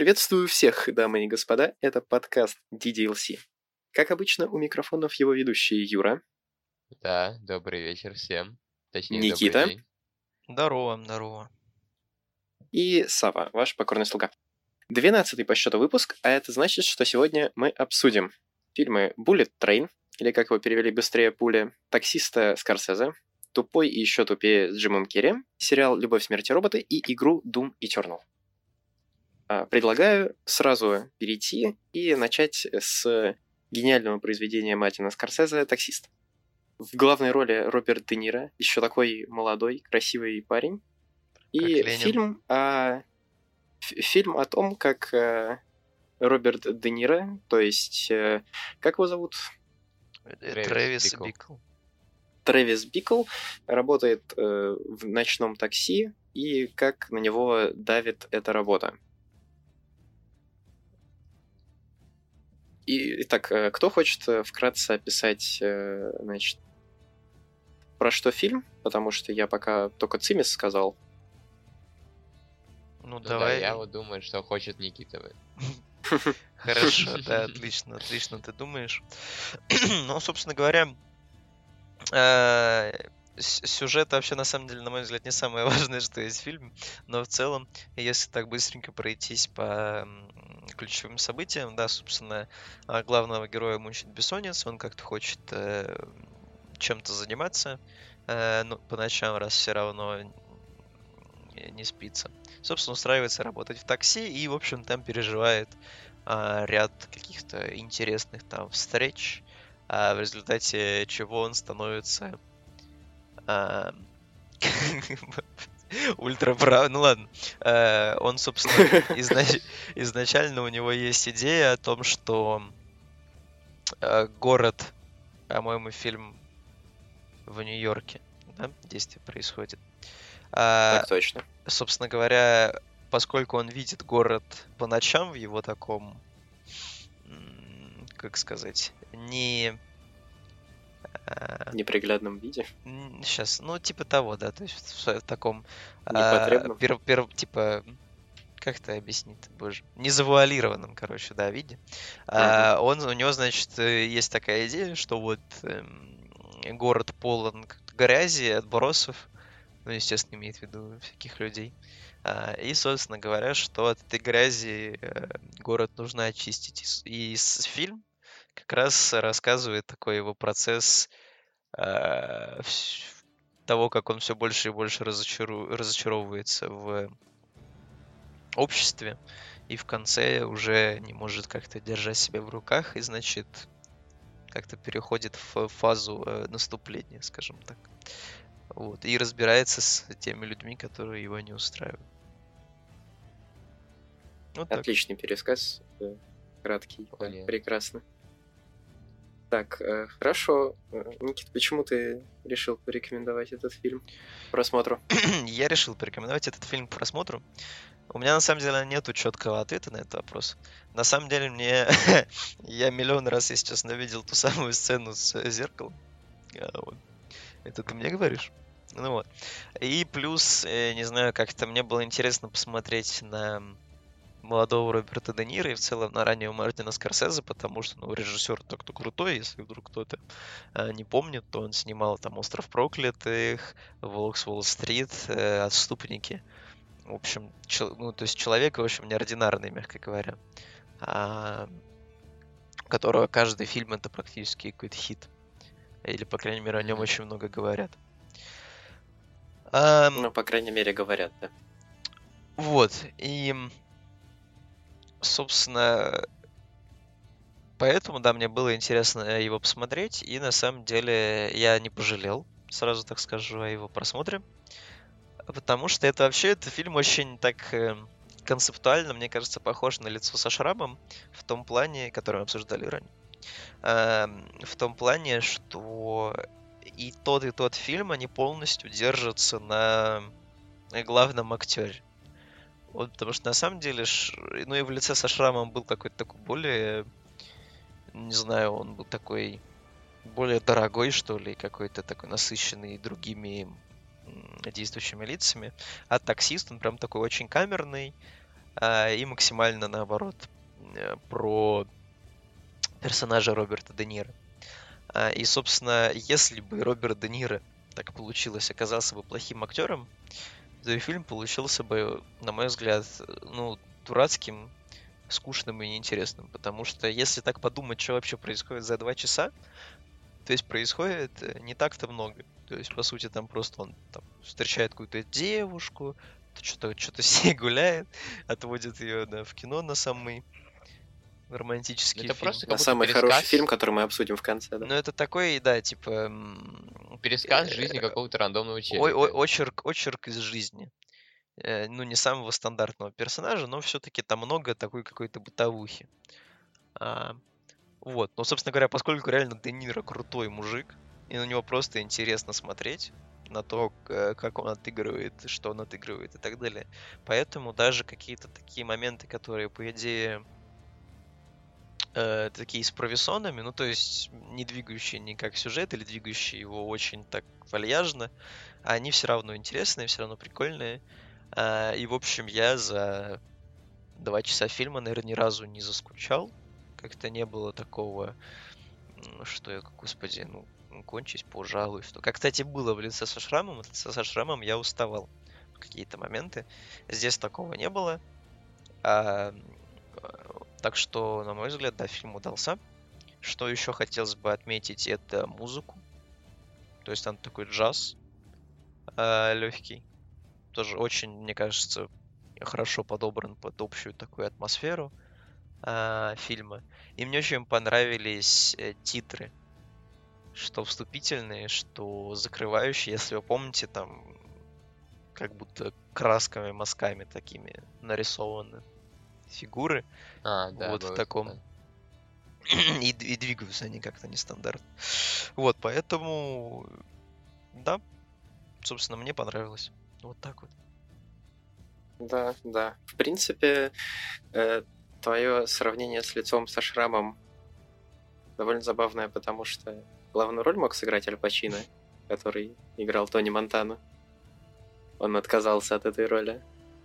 Приветствую всех, дамы и господа, это подкаст DDLC. Как обычно, у микрофонов его ведущие Юра, Да, добрый вечер всем. Точнее, добрый Никита день. Здорово. и Сава, ваш покорный слуга. 12-й по счету выпуск, а это значит, что сегодня мы обсудим фильмы Bullet Train, или как его перевели быстрее пули, Таксиста Скорсезе, Тупой и еще тупее с Джимом Керри, сериал «Любовь, смерть и роботы» и игру Doom Eternal. Предлагаю сразу перейти и начать с гениального произведения Мартина Скорсезе «Таксист». В главной роли Роберт Де Ниро, еще такой молодой, красивый парень. И фильм о том, как Роберт Де Ниро, то есть, как его зовут? Трэвис Бикл. Трэвис Бикл работает в ночном такси, и как на него давит эта работа. Итак, кто хочет вкратце описать, значит, про что фильм? Потому что я пока только цимис сказал. Ну давай. Да, я вот думаю, что хочет Никита. Хорошо, да, отлично ты думаешь. Ну, собственно говоря, сюжет вообще, на самом деле, на мой взгляд, не самое важное, что есть в фильме. Но в целом, если так быстренько пройтись по ключевым событиям, да, собственно, главного героя мучит бессонница, он как-то хочет чем-то заниматься, но по ночам, раз все равно не спится. Собственно, устраивается работать в такси и, в общем, там переживает ряд каких-то интересных там встреч, в результате чего он становится ультраправ... Ну ладно. Он, собственно, изначально у него есть идея о том, что город, по-моему, фильм в Нью-Йорке, да, действие происходит. Так точно. Собственно говоря, поскольку он видит город по ночам в его таком, как сказать, неприглядном виде. Сейчас, ну, типа того, да, то есть в таком непотребном. Типа, как это объяснить, боже, незавуалированном, короче, да, виде. У него, значит, есть такая идея, что вот город полон грязи, отбросов, ну, естественно, имеет в виду всяких людей. И, собственно говоря, что от этой грязи город нужно очистить. И фильм как раз рассказывает такой его процесс того, как он все больше и больше разочаровывается в обществе, и в конце уже не может как-то держать себя в руках, и, значит, как-то переходит в фазу наступления, скажем так. Вот, и разбирается с теми людьми, которые его не устраивают. Вот отличный пересказ, краткий, да, прекрасно. Так, хорошо. Никит, почему ты решил порекомендовать этот фильм к просмотру? Я решил порекомендовать этот фильм к просмотру. У меня, на самом деле, нету четкого ответа на этот вопрос. На самом деле, я миллион раз, если честно, видел ту самую сцену с зеркалом. Вот. Это ты мне говоришь? Ну вот. И плюс, не знаю, как-то мне было интересно посмотреть на молодого Роберта Де Ниро и в целом на раннего Мартина Скорсезе, потому что, ну, режиссер так-то крутой, если вдруг кто-то не помнит, то он снимал там «Остров проклятых», «Волк с Уолл-стрит», «Отступники». В общем, то есть человек, в общем, неординарный, мягко говоря, у которого каждый фильм — это практически какой-то хит. Или, по крайней мере, о нем очень много говорят. Ну, по крайней мере, говорят, да. Вот, и, собственно, поэтому, да, мне было интересно его посмотреть, и на самом деле я не пожалел, сразу так скажу, о его просмотре, потому что это фильм очень так концептуально, мне кажется, похож на «Лицо со шрамом» в том плане, который мы обсуждали ранее. В том плане, что и тот фильм, они полностью держатся на главном актере. Вот, потому что на самом деле, ну и в «Лице со шрамом» был какой-то такой более, не знаю, он был такой более дорогой, что ли, какой-то такой насыщенный другими действующими лицами. А «Таксист», он прям такой очень камерный, и максимально наоборот про персонажа Роберта Де Ниро. И, собственно, если бы Роберт Де Ниро, так получилось, оказался бы плохим актером, то и фильм получился бы, на мой взгляд, дурацким, скучным и неинтересным. Потому что если так подумать, что вообще происходит за 2 часа, то есть происходит не так-то много. То есть, по сути, там просто он там встречает какую-то девушку, что-то с ней гуляет, отводит ее в кино на самый романтический Это фильм. просто На как будто самый пересказ. хороший фильм, который мы обсудим в конце, да? Ну, это такой, да, типа... Пересказ жизни какого-то рандомного челика. Очерк из жизни. Не самого стандартного персонажа, но все-таки там много такой какой-то бытовухи. Вот. Но, собственно говоря, поскольку реально Де Ниро крутой мужик, и на него просто интересно смотреть, на то, как он отыгрывает, что он отыгрывает и так далее. Поэтому даже какие-то такие моменты, которые, по идее, такие с провисонами, то есть не двигающие никак сюжет или двигающие его очень так вальяжно, они все равно интересные, все равно прикольные. И, в общем, я за 2 часа фильма, наверное, ни разу не заскучал. Как-то не было такого, что я, господи, кончись, пожалуй. Что... Как, кстати, было в «Лице со шрамом». От «Лица со шрамом» я уставал в какие-то моменты. Здесь такого не было. Так что, на мой взгляд, да, фильм удался. Что еще хотелось бы отметить, это музыку. То есть там такой джаз легкий. Тоже очень, мне кажется, хорошо подобран под общую такую атмосферу фильма. И мне очень понравились титры. Что вступительные, что закрывающие. Если вы помните, там как будто красками, мазками такими нарисованы фигуры. Да, вот в таком. да. И двигаются они как-то нестандартно. Вот, поэтому... Да, собственно, мне понравилось. Вот так вот. Да, да. В принципе, твое сравнение с «Лицом со шрамом» довольно забавное, потому что главную роль мог сыграть Аль Пачино, который играл Тони Монтану. Он отказался от этой роли.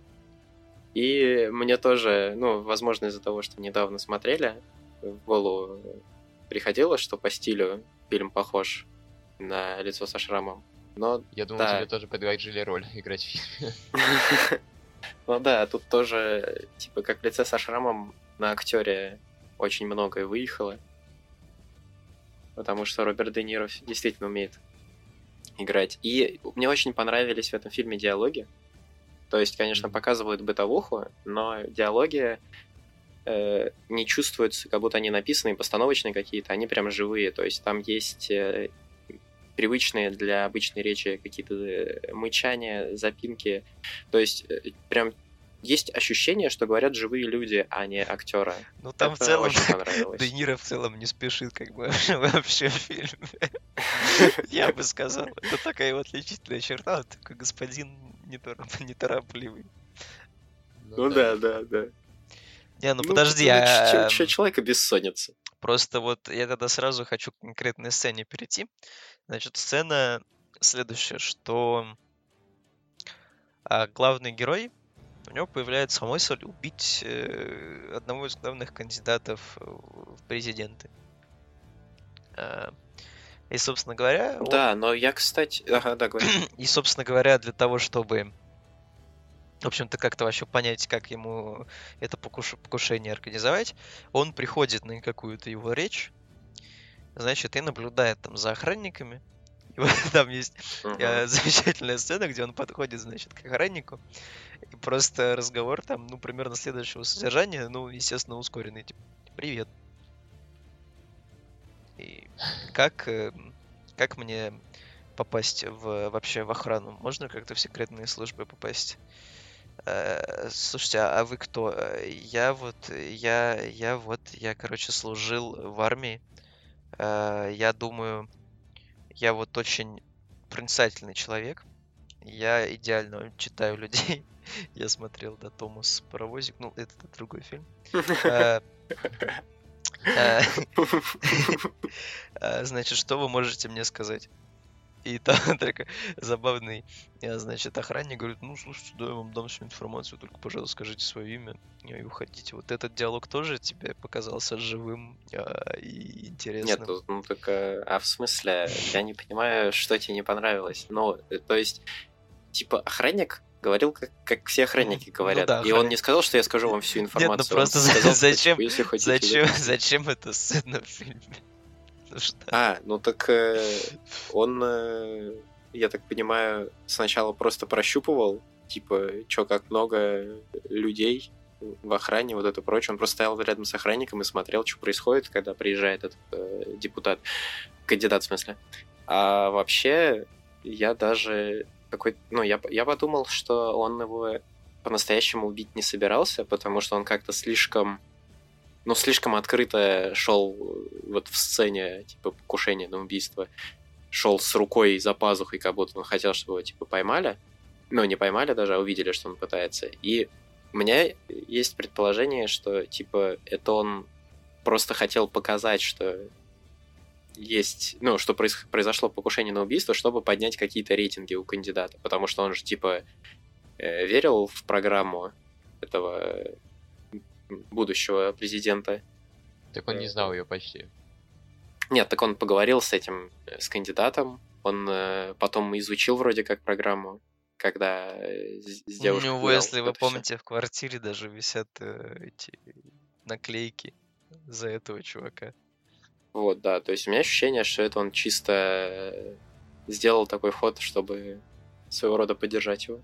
И мне тоже, возможно, из-за того, что недавно смотрели, в голову приходило, что по стилю фильм похож на «Лицо со шрамом». Но я думал, тебе тоже предложили роль играть в фильме. Ну да, тут тоже, типа, как в «Лице со шрамом» на актере очень многое выехало. Потому что Роберт Де Ниро действительно умеет играть. И мне очень понравились в этом фильме диалоги. То есть, конечно, показывают бытовуху, но диалоги не чувствуются, как будто они написаны, постановочные какие-то, они прям живые. То есть там есть привычные для обычной речи какие-то мычания, запинки. То есть прям есть ощущение, что говорят живые люди, а не актеры. Ну там это в целом очень понравилось. Де Ниро в целом не спешит как бы вообще в фильме. Я бы сказал. Это такая его отличительная черта. Он такой господин неторопливый. Ну да. Не, подожди, человека бессонница. Просто вот я тогда сразу хочу к конкретной сцене перейти. Значит, сцена следующая, что главный герой, у него появляется мысль убить одного из главных кандидатов в президенты. И, собственно говоря... Да, но я, кстати... Ага, да, говори. И, собственно говоря, для того, чтобы, в общем-то, как-то вообще понять, как ему это покушение организовать, он приходит на какую-то его речь, значит, и наблюдает там за охранниками. И вот там есть замечательная сцена, где он подходит, значит, к охраннику, и просто разговор там, примерно следующего содержания, естественно, ускоренный, типа, привет. И как мне попасть вообще в охрану? Можно как-то в секретные службы попасть? Слушайте, а вы кто? Я, короче, служил в армии. Я думаю, я вот очень проницательный человек. Я идеально читаю людей. Я смотрел, да, Томас Паровозик. Это другой фильм. Значит, что вы можете мне сказать? И там такой забавный, значит, охранник говорит, ну, слушайте, да, я вам дам всю информацию, только, пожалуйста, скажите свое имя и уходите. Вот этот диалог тоже тебе показался живым и Нет, интересным? ну так, в смысле, я не понимаю, что тебе не понравилось. Ну, то есть, типа, охранник говорил, как все охранники Ну говорят. да, И он охранник. не сказал, что я скажу вам всю Нет, ну информацию. Он просто сказал, что, зачем, типа, если хотите... зачем эта сцена в фильме? Нужна. Ну так он, я так понимаю, сначала просто прощупывал, типа, чё, как много людей в охране, вот это прочее. Он просто стоял рядом с охранником и смотрел, что происходит, когда приезжает этот депутат, кандидат в смысле. А вообще, я даже какой, ну, я подумал, что он его по-настоящему убить не собирался, потому что он как-то слишком открыто шел вот в сцене, типа, покушения на убийство. Шел с рукой за пазухой, как будто он хотел, чтобы его, типа, поймали. Ну, не поймали даже, а увидели, что он пытается. И у меня есть предположение, что, типа, это он просто хотел показать, что есть, ну, что произошло покушение на убийство, чтобы поднять какие-то рейтинги у кандидата. Потому что он же, типа, верил в программу этого будущего президента. Так он не знал ее почти. Нет, так он поговорил с этим, с кандидатом. Он потом изучил вроде как программу, когда с У девушкой него, гулял. если вы Это всё. помните, в квартире даже висят эти наклейки за этого чувака. Вот, да. То есть у меня ощущение, что это он чисто сделал такой ход, чтобы своего рода поддержать его.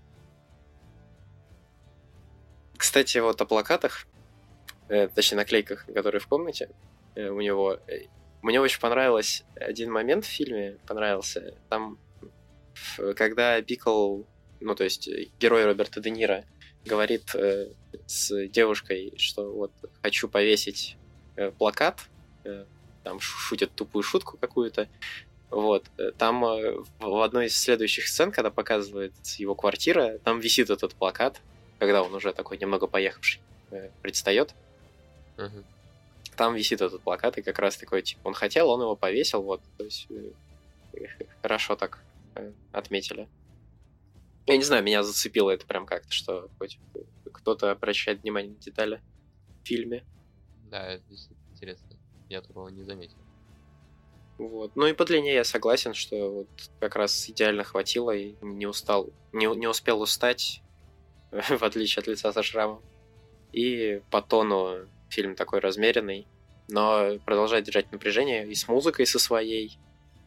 Кстати, вот о плакатах, точнее, наклейках, которые в комнате у него. Мне очень понравился один момент в фильме, понравился. Там, когда Бикл, ну, то есть герой Роберта Де Ниро, говорит с девушкой, что вот хочу повесить плакат, там шутят тупую шутку какую-то. Вот. Там в одной из следующих сцен, когда показывает его квартира, там висит этот плакат, когда он уже такой немного поехавший предстает. Мгм. Там висит этот плакат, и как раз такой, типа, он хотел, он его повесил, вот, то есть хорошо так отметили. Я не знаю, меня зацепило это прям как-то, что хоть кто-то обращает внимание на детали в фильме. Да, это действительно интересно. Я такого не заметил. Вот. Ну и по длине я согласен, что вот как раз идеально хватило и не успел устать, в отличие от лица со шрамом. И по тону фильм такой размеренный, но продолжает держать напряжение и с музыкой со своей,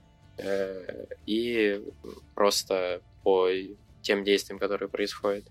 и просто по тем действиям, которые происходят.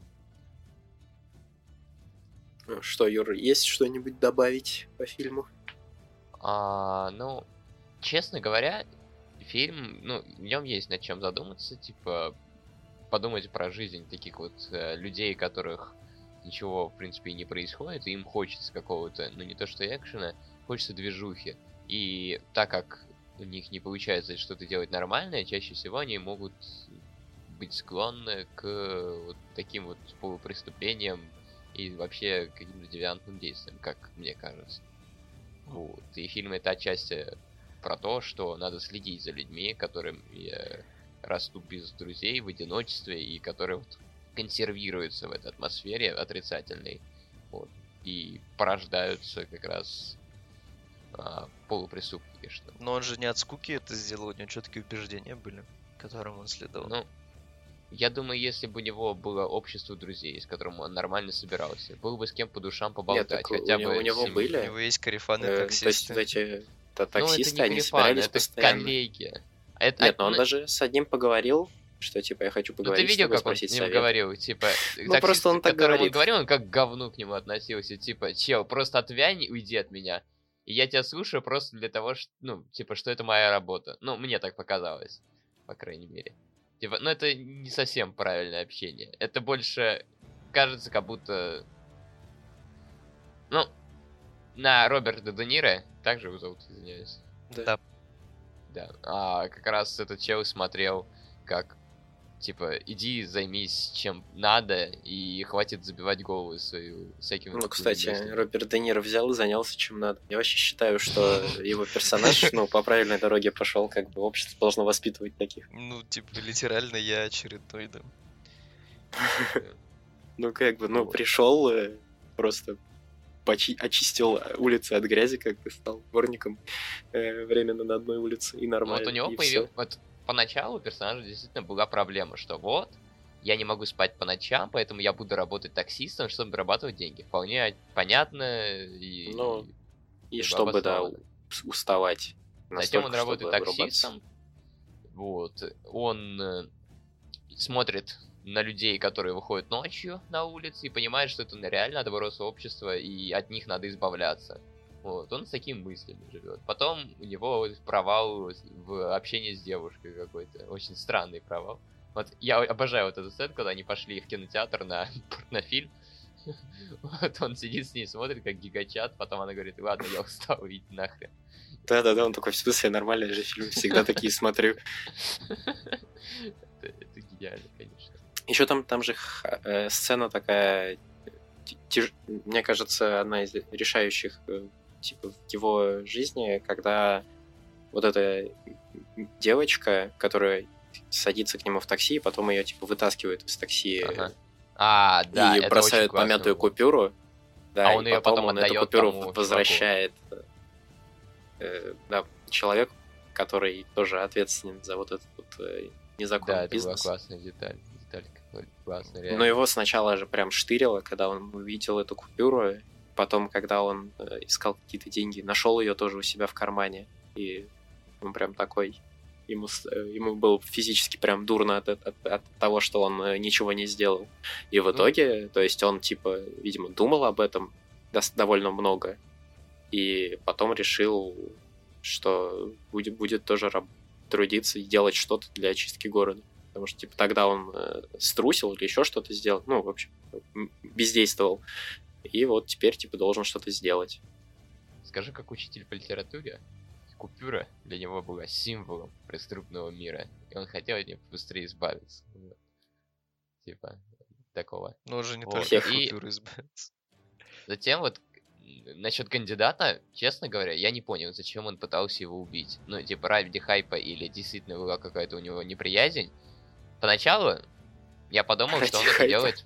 Что, Юр, есть что-нибудь добавить по фильму? Ну, честно говоря, фильм, ну, в нем есть над чем задуматься, типа, подумать про жизнь таких вот людей, которых ничего, в принципе, и не происходит, и им хочется какого-то, ну, не то что экшена, хочется движухи. И так как у них не получается что-то делать нормальное, чаще всего они могут быть склонны к вот таким вот полупреступлениям и вообще каким-то девиантным действиям, как мне кажется. Вот. И фильм это отчасти про то, что надо следить за людьми, которые растут без друзей в одиночестве и которые вот консервируются в этой атмосфере отрицательной, вот, и порождаются как раз полупреступники. Что... Но он же не от скуки это сделал, у него четкие убеждения были, которым он следовал. Ну, я думаю, если бы у него было общество друзей, с которым он нормально собирался, был бы с кем по душам поболтать. Нет, так хотя бы у него были. У него есть карифаны То есть таксисты. эти таксисты, ну, это не они карифаны, собирались это постоянно. коллеги. Нет, но он даже с одним поговорил, что типа я хочу Ну ты поговорить с видел, тобой, как он с спросить ним совет. говорил, типа, Ну, просто он так которому он говорит. говорил, он как к говну к нему относился, типа, чел, просто отвянь, уйди от меня. И я тебя слушаю просто для того, что, ну, типа, что это моя работа. Ну, мне так показалось, по крайней мере. Типа, ну это не совсем правильное общение. Это больше кажется, как будто... Ну, на Роберта Де Ниро, так же его зовут, извиняюсь. Да. Да. А как раз этот чел смотрел, как типа, иди займись чем надо, и хватит забивать голову свою всякими... Ну, такими кстати, мыслями. Роберт Де Ниро взял и занялся чем надо. Я вообще считаю, что его персонаж, ну, по правильной дороге пошел, как бы общество должно воспитывать таких. Ну, типа, литерально я очередной, да. Ну, как бы, ну, Вот. пришел, просто очистил улицы от грязи, как бы стал дворником временно на одной улице, и Ну, нормально. вот у него и появилась... всё. Вот поначалу у персонажа действительно была проблема, что вот, я не могу спать по ночам, поэтому я буду работать таксистом, чтобы зарабатывать деньги. Вполне понятно и... Ну, и как бы чтобы, да, обосновано. уставать. Затем он настолько, работает чтобы вырубаться. таксистом. Вот. Он смотрит на людей, которые выходят ночью на улице, и понимает, что это реально отброс общества, и от них надо избавляться. Вот. Он с такими мыслями живет. Потом у него провал в общении с девушкой какой-то. Очень странный провал. Вот я обожаю вот эту сцену, когда они пошли в кинотеатр на порнофильм. Вот он сидит с ней, смотрит, как гигачат, потом она говорит, ладно, я устал, иди нахрен. Да-да-да, он такой, в смысле, нормальный же фильм, всегда такие смотрю. Это гениально, конечно. Еще там же сцена такая, мне кажется, одна из решающих типа в его жизни, когда вот эта девочка, которая садится к нему в такси, потом ее типа вытаскивают из такси Ага. Да, и это бросают очень классно помятую было. купюру. Да, А он и её потом он эту отдаёт купюру тому возвращает да, человеку, который тоже ответственен за вот этот вот незаконный Да, это была бизнес. классная деталь. Деталь какой классная, реально. Но его сначала же прям штырило, когда он увидел эту купюру. Потом, когда он искал какие-то деньги, нашел ее тоже у себя в кармане. И он прям такой... Ему было физически прям дурно от того, что он ничего не сделал. И в итоге, то есть он, типа, видимо, думал об этом довольно много. И потом решил, что будет тоже трудиться и делать что-то для очистки города. Потому что, типа, тогда он струсил или еще что-то сделал. Ну, в общем, бездействовал. И вот теперь, типа, должен что-то сделать. Скажи, как учитель по литературе, купюра для него была символом преступного мира. И он хотел от нее быстрее избавиться. Вот. Типа, такого. Но уже не Вот. только от И купюры избавиться. затем вот насчет кандидата, честно говоря, я не понял, зачем он пытался его убить. Ну, типа, ради хайпа или действительно была какая-то у него неприязнь. Поначалу я подумал, что он это делает...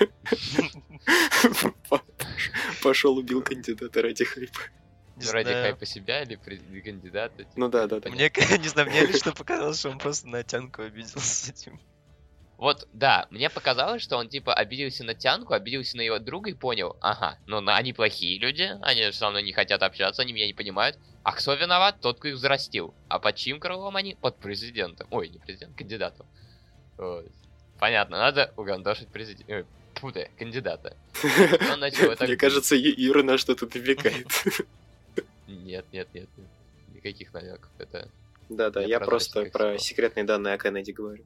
Пошел убил кандидата ради хайпа. Ради хайпа себя или кандидата. Ну да. Мне, не знаю, мне лично показалось, что он просто на Тянку обиделся с этим. Вот, да, мне показалось, что он, типа, обиделся на Тянку, обиделся на его друга и понял, ага, ну, они плохие люди, они со мной не хотят общаться, они меня не понимают. А кто виноват? Тот, кто их взрастил. А под чьим крылом они? Под президентом. Ой, не президент, кандидатом. Вот. Понятно, надо угандошить президента. Кандидата. Мне кажется, Юра на что-то намекает. Нет. Никаких намеков. Это... Да, я просто про секретные данные о Кеннеди говорю.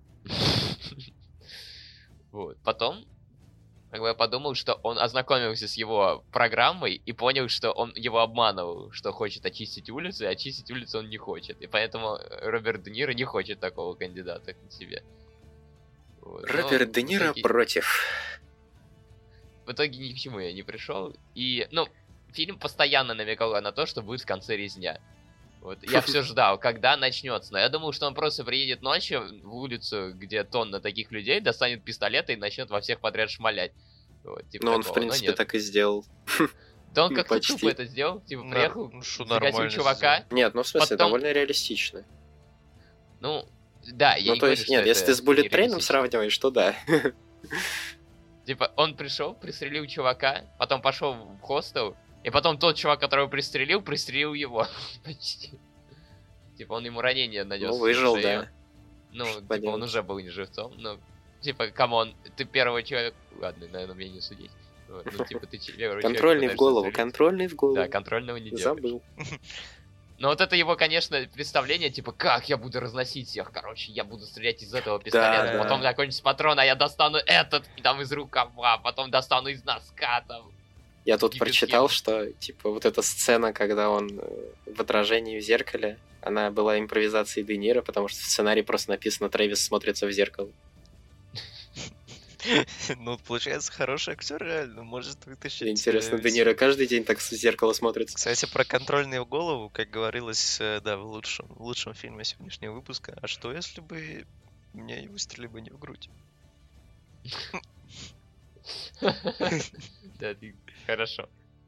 Вот. Потом, как бы я подумал, что он ознакомился с его программой и понял, что он его обманывал, что хочет очистить улицу, и очистить улицу он не хочет. И поэтому Роберт Де Ниро не хочет такого кандидата к себе. Вот. Роберт Де Ниро против. В итоге ни к чему я не пришел. И, ну, фильм постоянно намекал на то, что будет в конце резня. Вот, я все ждал, когда начнется. Но я думал, что он просто приедет ночью в улицу, где тонна таких людей, достанет пистолет и начнет во всех подряд шмалять. Вот, типа ну, он, в принципе, так и сделал. Да он как-то тупо это сделал. Типа, приехал, загасил чувака. Нет, ну, в смысле, довольно реалистично. Ну, да, я не говорю, что нет, если ты с Bullet Train'ом сравниваешь, то да. Типа, он пришел, пристрелил чувака, потом пошел в хостел, и потом тот чувак, которого пристрелил его. Почти. Типа, он ему ранение нанес. Ну, выжил, да. Ну, типа, он уже был не живцом, но... Типа, камон, ты первый человек... Ладно, наверное, мне не судить. Вот, ну, типа, ты первый контрольный в голову, контрольный в голову. Да, контрольного не делаешь. Забыл. Но вот это его, конечно, представление, типа, как я буду разносить всех, короче, я буду стрелять из этого пистолета, да, потом закончится патрон, а я достану этот, и там из рукава, потом достану из носка, там. Я тут прочитал, что, типа, вот эта сцена, когда он в отражении в зеркале, она была импровизацией Де Ниро, потому что в сценарии просто написано «Трэвис смотрится в зеркало». Ну, получается, хороший актер реально может вытащить... Интересно, Де Ниро каждый день так в зеркало смотрится. Кстати, про контрольную голову, как говорилось, да, в лучшем фильме сегодняшнего выпуска. А что, если бы мне выстрелили бы не в грудь? Да, хорошо.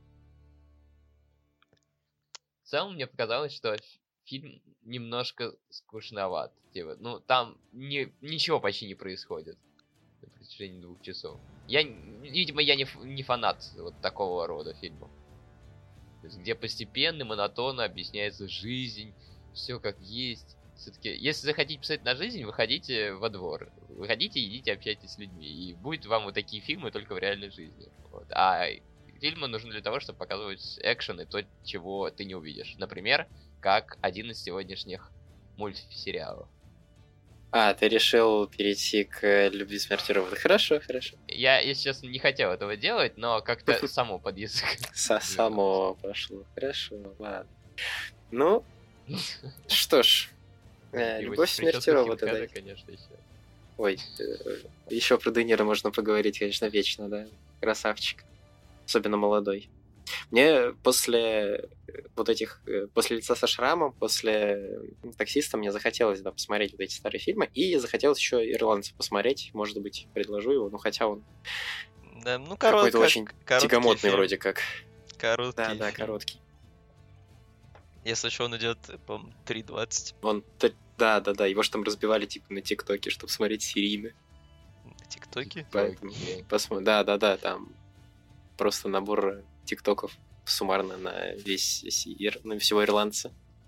В целом, мне показалось, что фильм немножко скучноват. Типа, ну, там ничего почти не происходит на протяжении 2 часов. Видимо, я не фанат вот такого рода фильмов. То есть, где постепенно, монотонно объясняется жизнь, все как есть. Все-таки, если захотите посмотреть на жизнь, выходите во двор. Выходите, идите, общайтесь с людьми. И будет вам вот такие фильмы только в реальной жизни. Вот. А фильмы нужны для того, чтобы показывать экшен и то, чего ты не увидишь. Например, как один из сегодняшних мультсериалов. Ты решил перейти к «Любви, смерти, роботы». Хорошо. Я, если честно, не хотел этого делать, но как-то само под язык. Само пошло. Хорошо, ладно. Ну, что ж. «Любовь, смерти, роботы», да. Конечно, еще. Ой, еще про Де Ниро можно поговорить, конечно, вечно, да. Красавчик. Особенно молодой. Мне после после «Лица со шрамом», после «Таксиста» мне захотелось, да, посмотреть вот эти старые фильмы, и захотелось еще «Ирландца» посмотреть, может быть, предложу его, ну, хотя он да, ну, какой-то очень тягомотный фильм. вроде как. Короткий. Да, короткий. Если что, он идет, по-моему, 3:20. Да, его же там разбивали, типа, на ТикТоке, чтобы смотреть серийно. На ТикТоке? Поэтому да, там просто набор ТикТоков суммарно на всего ирландца.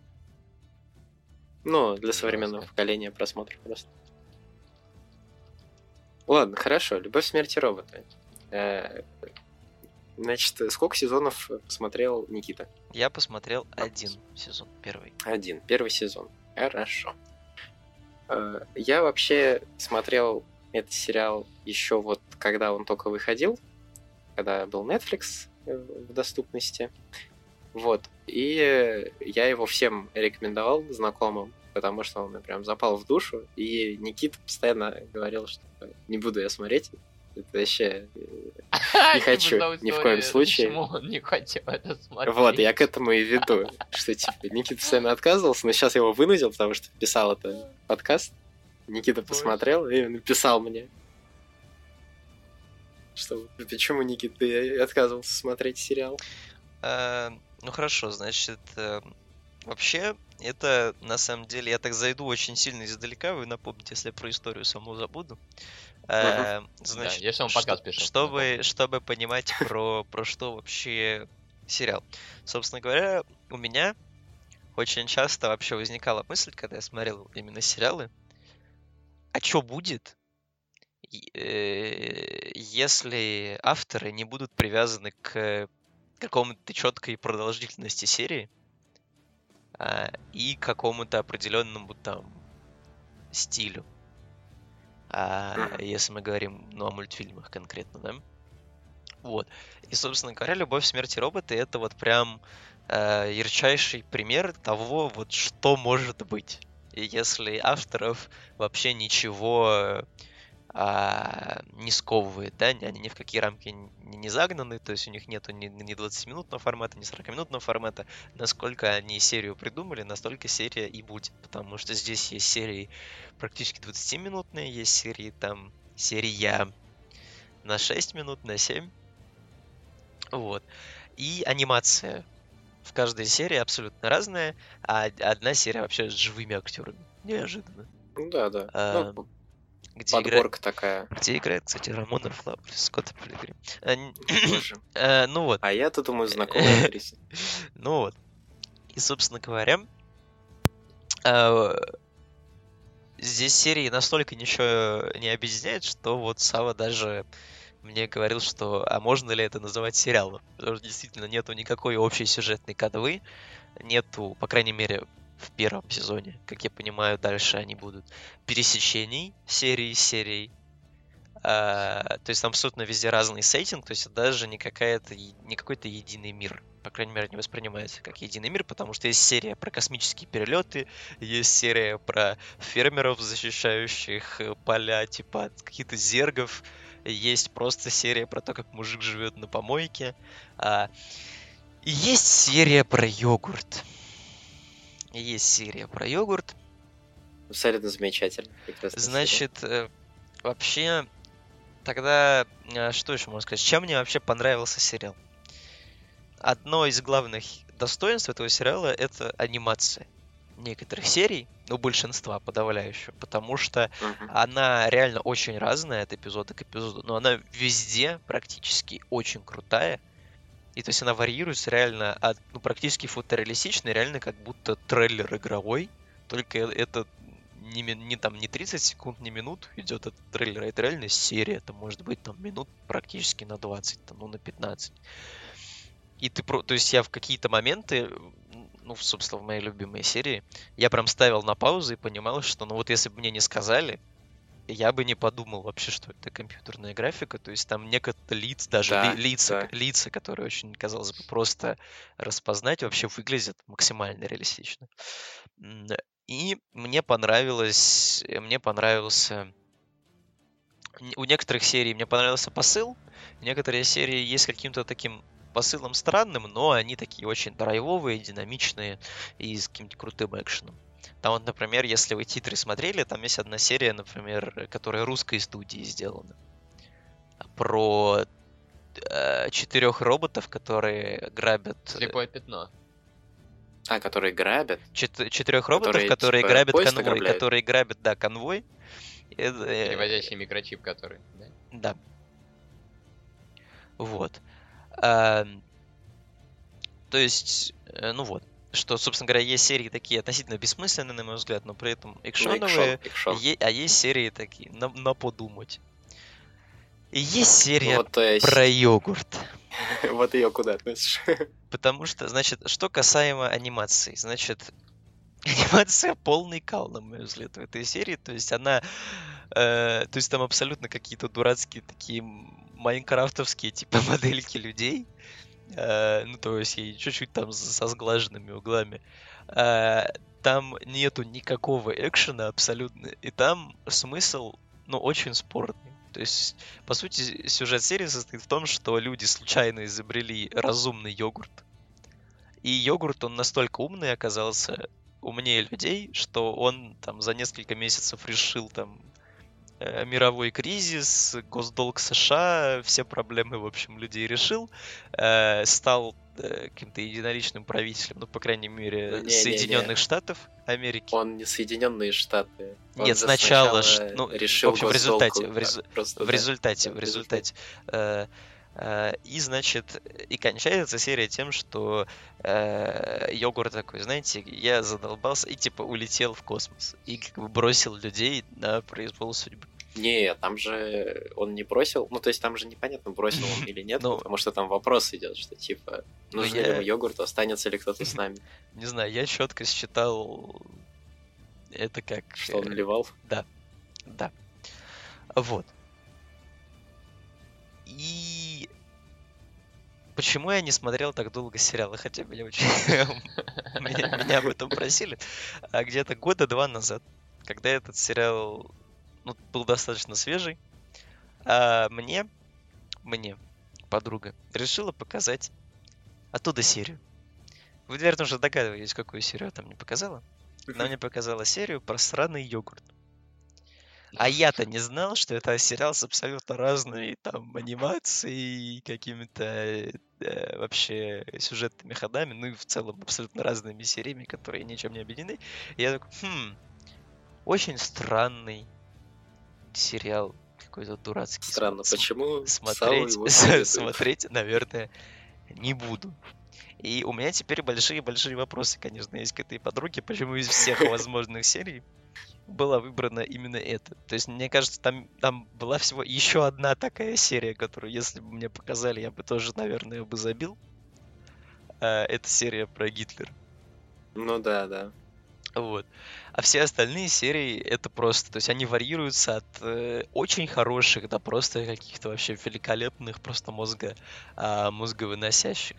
Ну, для современного поколения просмотр просто. Ладно, хорошо. «Любовь, смерти, роботы». Значит, сколько сезонов посмотрел Никита? Я посмотрел 1 сезон, первый. Первый сезон. Хорошо. Я вообще смотрел этот сериал еще вот когда он только выходил, когда был Netflix в доступности. Вот. И я его всем рекомендовал знакомым, потому что он мне прям запал в душу. И Никита постоянно говорил, что не буду я смотреть. Это вообще не хочу ни в коем случае. Почему он не хотел это смотреть? Вот, я к этому и веду, что типа Никита постоянно отказывался, но сейчас я его вынудил, потому что писал это подкаст. Никита посмотрел и написал мне, что почему, Никита, ты отказывался смотреть сериал? Ну хорошо, значит, вообще, это на самом деле, я так зайду очень сильно издалека, вы напомните, если я про историю саму забуду. Значит, если он подкаст пишет. Чтобы понимать про что вообще сериал. Собственно говоря, у меня очень часто вообще возникала мысль, когда я смотрел именно сериалы, а что будет, если авторы не будут привязаны к какому-то четкой продолжительности серии и какому-то определенному там стилю. Если мы говорим, о мультфильмах конкретно, да? Вот. И, собственно говоря, «Любовь, смерти, роботы» — это вот прям ярчайший пример того, вот что может быть. И если авторов вообще ничего не сковывает, да, они ни в какие рамки не загнаны, то есть у них нету ни 20-минутного формата, ни 40-минутного формата. Насколько они серию придумали, настолько серия и будет, потому что здесь есть серии практически 20-минутные, есть серия на 6 минут, на 7, вот. И анимация в каждой серии абсолютно разная, а одна серия вообще с живыми актерами. Неожиданно. Ну да. Где подборка такая. Где играет, кстати, Рамона Флауэрс, Скотт Пилигрим. Ну вот. А я-то думаю, знакомая актриса. Ну вот. И, собственно говоря, здесь серии настолько ничего не объединяет, что вот Сава даже мне говорил, что а можно ли это называть сериалом? Потому что действительно нету никакой общей сюжетной канвы, нету, по крайней мере, в первом сезоне, как я понимаю, дальше они будут пересечений серий. То есть там абсолютно везде разный сеттинг, то есть это даже не какой-то единый мир. По крайней мере, не воспринимается как единый мир, потому что есть серия про космические перелеты, есть серия про фермеров, защищающих поля, типа от каких-то зергов, есть просто серия про то, как мужик живет на помойке, и есть серия про йогурт. Абсолютно замечательно. Прекрасная серия. Значит, вообще, тогда что еще можно сказать? Чем мне вообще понравился сериал? Одно из главных достоинств этого сериала — это анимация некоторых серий, ну, большинства подавляющего, потому что она реально очень разная от эпизода к эпизоду, но она везде практически очень крутая. И то есть она варьируется реально от, ну, практически фотореалистичной, реально как будто трейлер игровой, только это не 30 секунд, не минут идет этот трейлер, а это реально серия, это может быть там минут практически на 20, там, ну, на 15. И то есть я в какие-то моменты, ну, собственно, в моей любимой серии, я прям ставил на паузу и понимал, что, ну, вот если бы мне не сказали, я бы не подумал вообще, что это компьютерная графика. То есть там некоторые лица, даже лица, которые очень, казалось бы, просто распознать, вообще выглядят максимально реалистично. И мне понравился... У некоторых серий мне понравился посыл, некоторые серии есть каким-то таким посылом странным, но они такие очень драйвовые, динамичные и с каким-то крутым экшеном. Там вот, например, если вы титры смотрели, там есть одна серия, например, которая русской студии сделана. Про 4 роботов, которые грабят... Слепое пятно. Которые грабят? 4 роботов, которые типа, грабят конвой. Которые грабят, да, конвой. Перевозящий микрочип, который, да? Да. Вот. То есть, ну вот. Что, собственно говоря, есть серии такие относительно бессмысленные, на мой взгляд, но при этом экшоновые, а есть серии такие на подумать. И есть серия про йогурт. Вот ее куда относишь? Потому что, значит, что касаемо анимации, значит, анимация полный кал, на мой взгляд, в этой серии. То есть она... то есть там абсолютно какие-то дурацкие такие майнкрафтовские типа модельки людей. Ну, то есть и чуть-чуть там со сглаженными углами. Там нету никакого экшена абсолютно. И там смысл, ну, очень спорный. То есть, по сути, сюжет серии состоит в том, что люди случайно изобрели разумный йогурт. И йогурт, он настолько умный оказался, умнее людей, что он там за несколько месяцев решил там мировой кризис, госдолг США, все проблемы, в общем, людей решил, стал каким-то единоличным правителем, ну, по крайней мере, Соединенных Штатов Америки. Он не Соединенные Штаты. Он Нет, сначала решил, в общем, в результате. И, значит, и кончается серия тем, что йогурт такой, знаете, я задолбался и типа улетел в космос. И как бы бросил людей на произвол судьбы. Не, там же он не бросил, ну то есть там же непонятно, бросил он или нет, потому что там вопрос идет, что типа, нужен ли ему йогурт, останется ли кто-то с нами. Не знаю, я четко считал это как... Что он наливал? Да. Вот. И почему я не смотрел так долго сериалы, хотя меня очень... Меня об этом просили. А где-то 2 года назад, когда этот сериал был достаточно свежий, мне подруга решила показать оттуда серию. Вы, наверное, уже догадываетесь, какую серию там мне показала. Она мне показала серию про сраный йогурт. А я-то не знал, что это сериал с абсолютно разной там анимацией, какими-то вообще сюжетными ходами, ну и в целом абсолютно разными сериями, которые ничем не объединены. И я такой, очень странный сериал, какой-то дурацкий. Странно, почему смотреть, наверное, не буду. И у меня теперь большие вопросы, конечно, есть к этой подруге, почему из всех возможных серий была выбрана именно эта. То есть, мне кажется, там была всего еще одна такая серия, которую, если бы мне показали, я бы тоже, наверное, бы забил. Это серия про Гитлера. Ну да. Вот. А все остальные серии это просто, то есть они варьируются от очень хороших до просто каких-то вообще великолепных, просто мозговыносящих.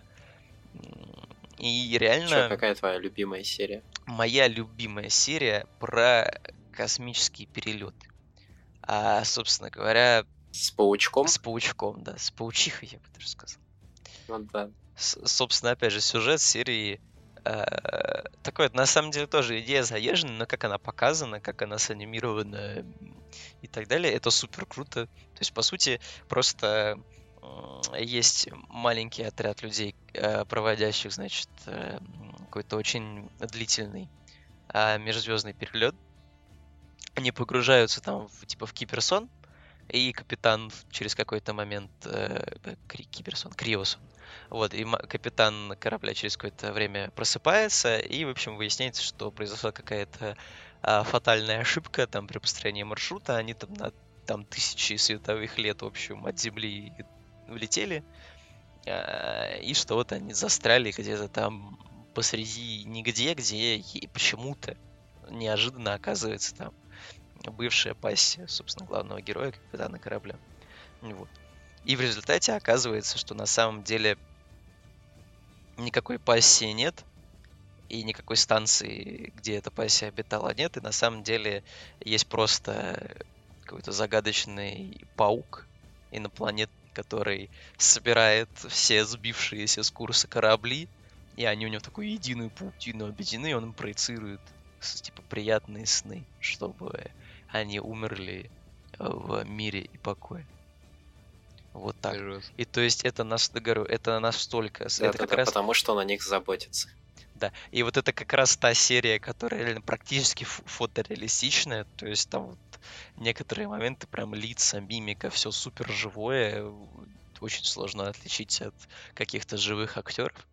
И реально... Какая твоя любимая серия? Моя любимая серия про космические перелеты. Собственно говоря... С паучком? С паучком, да, с паучихой, я бы даже сказал. Ну да. Собственно, опять же, сюжет серии такой, на самом деле, тоже идея заезжена, но как она показана, как она санимирована и так далее, это супер круто. То есть, по сути, просто есть маленький отряд людей, проводящих, значит, какой-то очень длительный межзвездный перелет. Они погружаются там типа в киберсон, и капитан через какой-то момент... Киберсон, Криосон. Вот, и капитан корабля через какое-то время просыпается, и, в общем, выясняется, что произошла какая-то фатальная ошибка там при построении маршрута. Они там на тысячи световых лет, в общем, от Земли влетели, и что вот они застряли где-то там посреди нигде, где почему-то неожиданно оказывается там бывшая пассия, собственно, главного героя, капитана корабля. Вот. И в результате оказывается, что на самом деле никакой пассии нет, и никакой станции, где эта пассия обитала, нет, и на самом деле есть просто какой-то загадочный паук инопланетный, который собирает все сбившиеся с курса корабли, и они у него такую единую паутину объединены, и он им проецирует типа приятные сны, чтобы они умерли в мире и покое. Вот так. И то есть это настолько... Да, это как раз... потому что он о них заботится. Да, и вот это как раз та серия, которая реально практически фотореалистичная, то есть там вот некоторые моменты, прям лица, мимика, все супер живое, очень сложно отличить от каких-то живых актеров.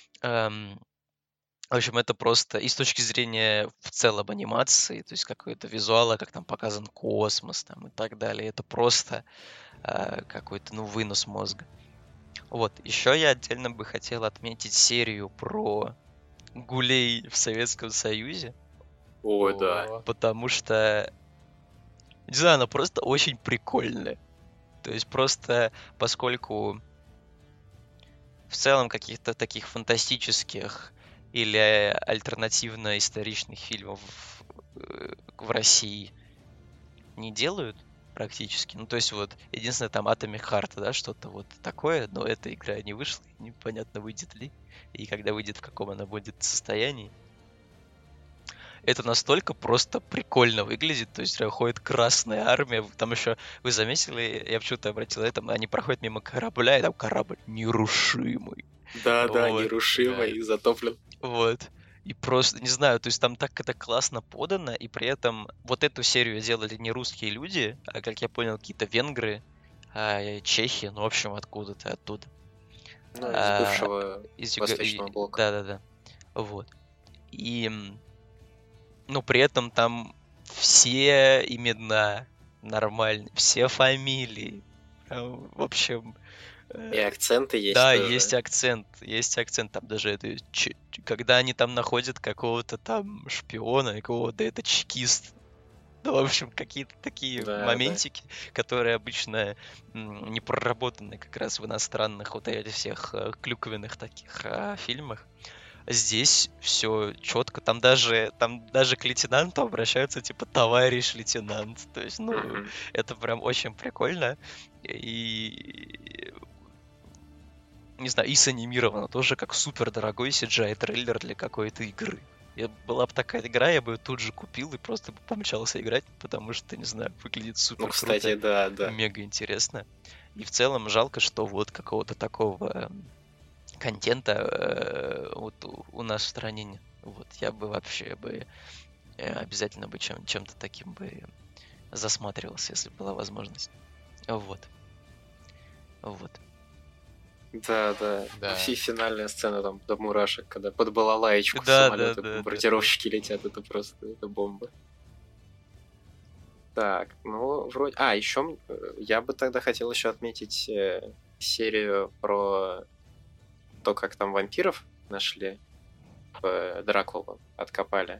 В общем, это просто и с точки зрения в целом анимации, то есть какой-то визуала, как там показан космос там и так далее, это просто какой-то, вынос мозга. Вот, еще я отдельно бы хотел отметить серию про гулей в Советском Союзе. Ой, да. Потому что, не знаю, она просто очень прикольная. То есть просто поскольку в целом каких-то таких фантастических или альтернативно-историчных фильмов в России не делают практически. То есть вот единственное там Atomic Heart, да, что-то вот такое, но эта игра не вышла, непонятно выйдет ли, и когда выйдет, в каком она будет состоянии. Это настолько просто прикольно выглядит, то есть ходит Красная Армия, там еще, вы заметили, я почему-то обратил это, они проходят мимо корабля, и там корабль нерушимый. Да, нерушимый и затоплен. Вот. И просто, не знаю, то есть там так это классно подано, и при этом вот эту серию делали не русские люди, а, как я понял, какие-то венгры, чехи, в общем, откуда-то оттуда. Из бывшего Восточного блока. Да-да-да. Вот. И, при этом там все имена нормальные, все фамилии. В общем... И акценты есть. Да, тоже. есть акцент. Там даже это, когда они там находят какого-то там шпиона, какого-то это чекист. Ну, в общем, какие-то такие моментики, которые обычно не проработаны как раз в иностранных вот этих всех клюквенных таких фильмах. Здесь все четко. Там даже к лейтенанту обращаются типа товарищ лейтенант. То есть, это прям очень прикольно. И не знаю, и санимировано тоже как супер дорогой CGI-трейлер для какой-то игры. Была бы такая игра, я бы ее тут же купил и просто бы помчался играть, потому что, не знаю, выглядит супер кстати, круто, да. Мега интересно. И в целом жалко, что вот какого-то такого контента вот у нас в стране нет. Вот, я бы вообще обязательно бы чем-то таким бы засматривался, если была возможность. Вот. Да. Финальная сцена там до мурашек, когда под балалаечку самолеты бомбардировщики летят, это просто бомба. Так, вроде... еще я бы тогда хотел еще отметить серию про то, как там вампиров нашли в Дракулу, откопали.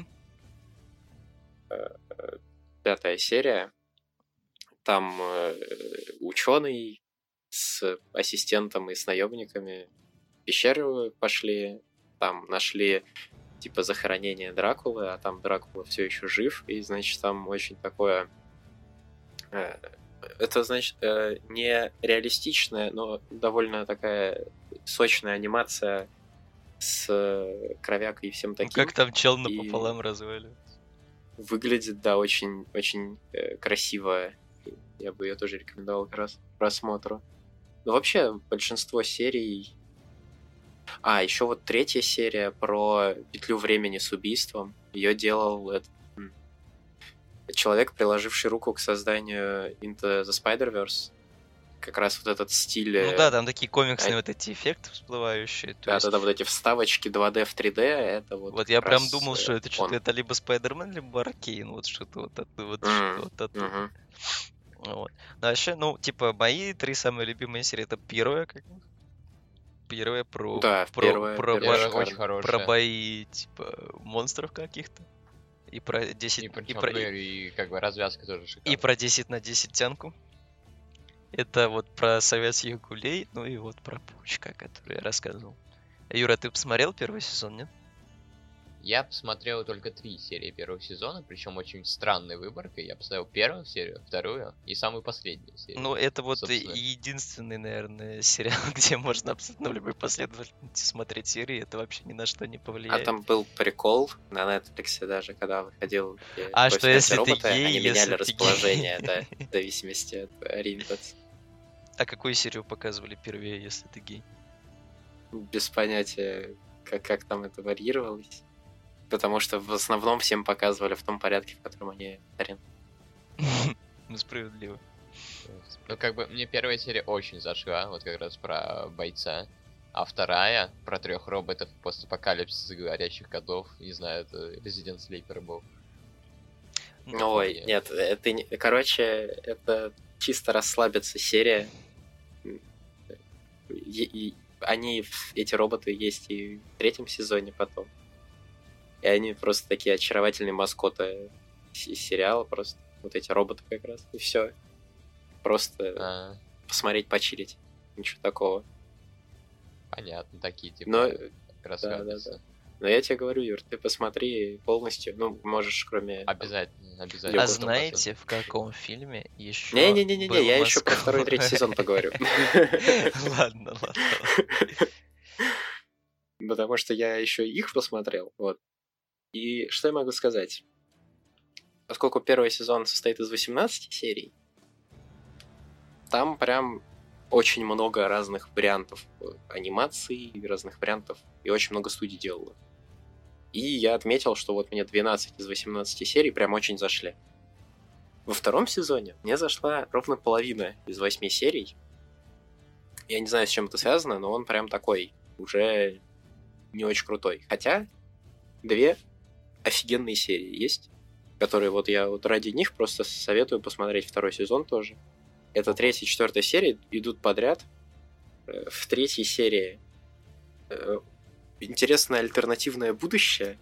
5-я серия. Там ученый с ассистентом и с наемниками в пещеру пошли, там нашли типа захоронение Дракулы, а там Дракула все еще жив, и значит там очень такое это, значит, не реалистичная, но довольно такая сочная анимация с кровякой и всем Ну, таким. как там чел И напополам разваливается. выглядит, да, очень, очень красиво. Я бы ее тоже рекомендовал как раз к просмотру. Но вообще, большинство серий... еще вот третья серия про петлю времени с убийством. Ее делал человек, приложивший руку к созданию Into the Spider-Verse. Как раз вот этот стиль... Ну да, там такие комиксные вот эти эффекты всплывающие. То есть, Да, вот эти вставочки 2D в 3D, это вот вот как я прям раз, думал, что это он. что-то это либо Спайдермен, либо Аркейн, вот что-то вот оттуда, вот что-то вот оттуда. Мгм. Вот. Но вообще, ну, типа, мои 3 самые любимые серии это первая, первая Да, первая Первая шикарно. очень про хорошая. бои, типа, монстров каких-то. И про 10... И причем, ну, и как бы развязка тоже и шикарная. про 10 на 10 тянку. Это вот про советских гулей, ну и вот про Паучка, который я рассказывал. Юра, ты посмотрел первый сезон, нет? Я посмотрел только 3 серии первого сезона, причем очень странной выборкой. Я посмотрел первую серию, вторую и самую последнюю серию. Ну, это вот собственно. единственный, наверное, сериал, где можно абсолютно в любой последовательности смотреть серии, это вообще ни на что не А повлияет. там был прикол на Netflix даже, когда выходил А «Любовь, что смерть и если ты роботы», гей, они меняли если ты расположение, гей? да, в зависимости от ориентации. А какую серию показывали первее, если ты гей? Без понятия, как там это варьировалось. Потому что в основном всем показывали в том порядке, в котором они арендовали. Ну, справедливо. Ну, как бы, мне первая серия очень зашла, вот как раз про бойца. А вторая, про 3 роботов постапокалипсис и говорящих котов, не знаю, это Resident Sleeper был. Ой, нет, это не... Короче, это чисто расслабиться серия. Эти роботы есть и в 3-м сезоне потом. И они просто такие очаровательные маскоты сериала, просто вот эти роботы как раз, и все. Просто посмотреть, почилить. Ничего такого. Понятно, такие, типа, Но... расслабиться. Да. Но я тебе говорю, Юр, ты посмотри полностью, ну, можешь, кроме... Обязательно. А знаете, в каком фильме еще... Не-не-не, я еще про 2 и 3 сезон поговорю. Ладно. Потому что я еще их посмотрел, вот. И что я могу сказать? Поскольку первый сезон состоит из 18 серий, там прям очень много разных вариантов анимации, разных вариантов, и очень много студий делало. И я отметил, что вот мне 12 из 18 серий прям очень зашли. Во 2-м сезоне мне зашла ровно половина из 8 серий. Я не знаю, с чем это связано, но он прям такой, уже не очень крутой. Хотя 2 офигенные серии есть, которые вот я вот ради них просто советую посмотреть 2-й сезон тоже. Это 3-я и 4-я серия идут подряд. В 3-й серии интересное альтернативное будущее.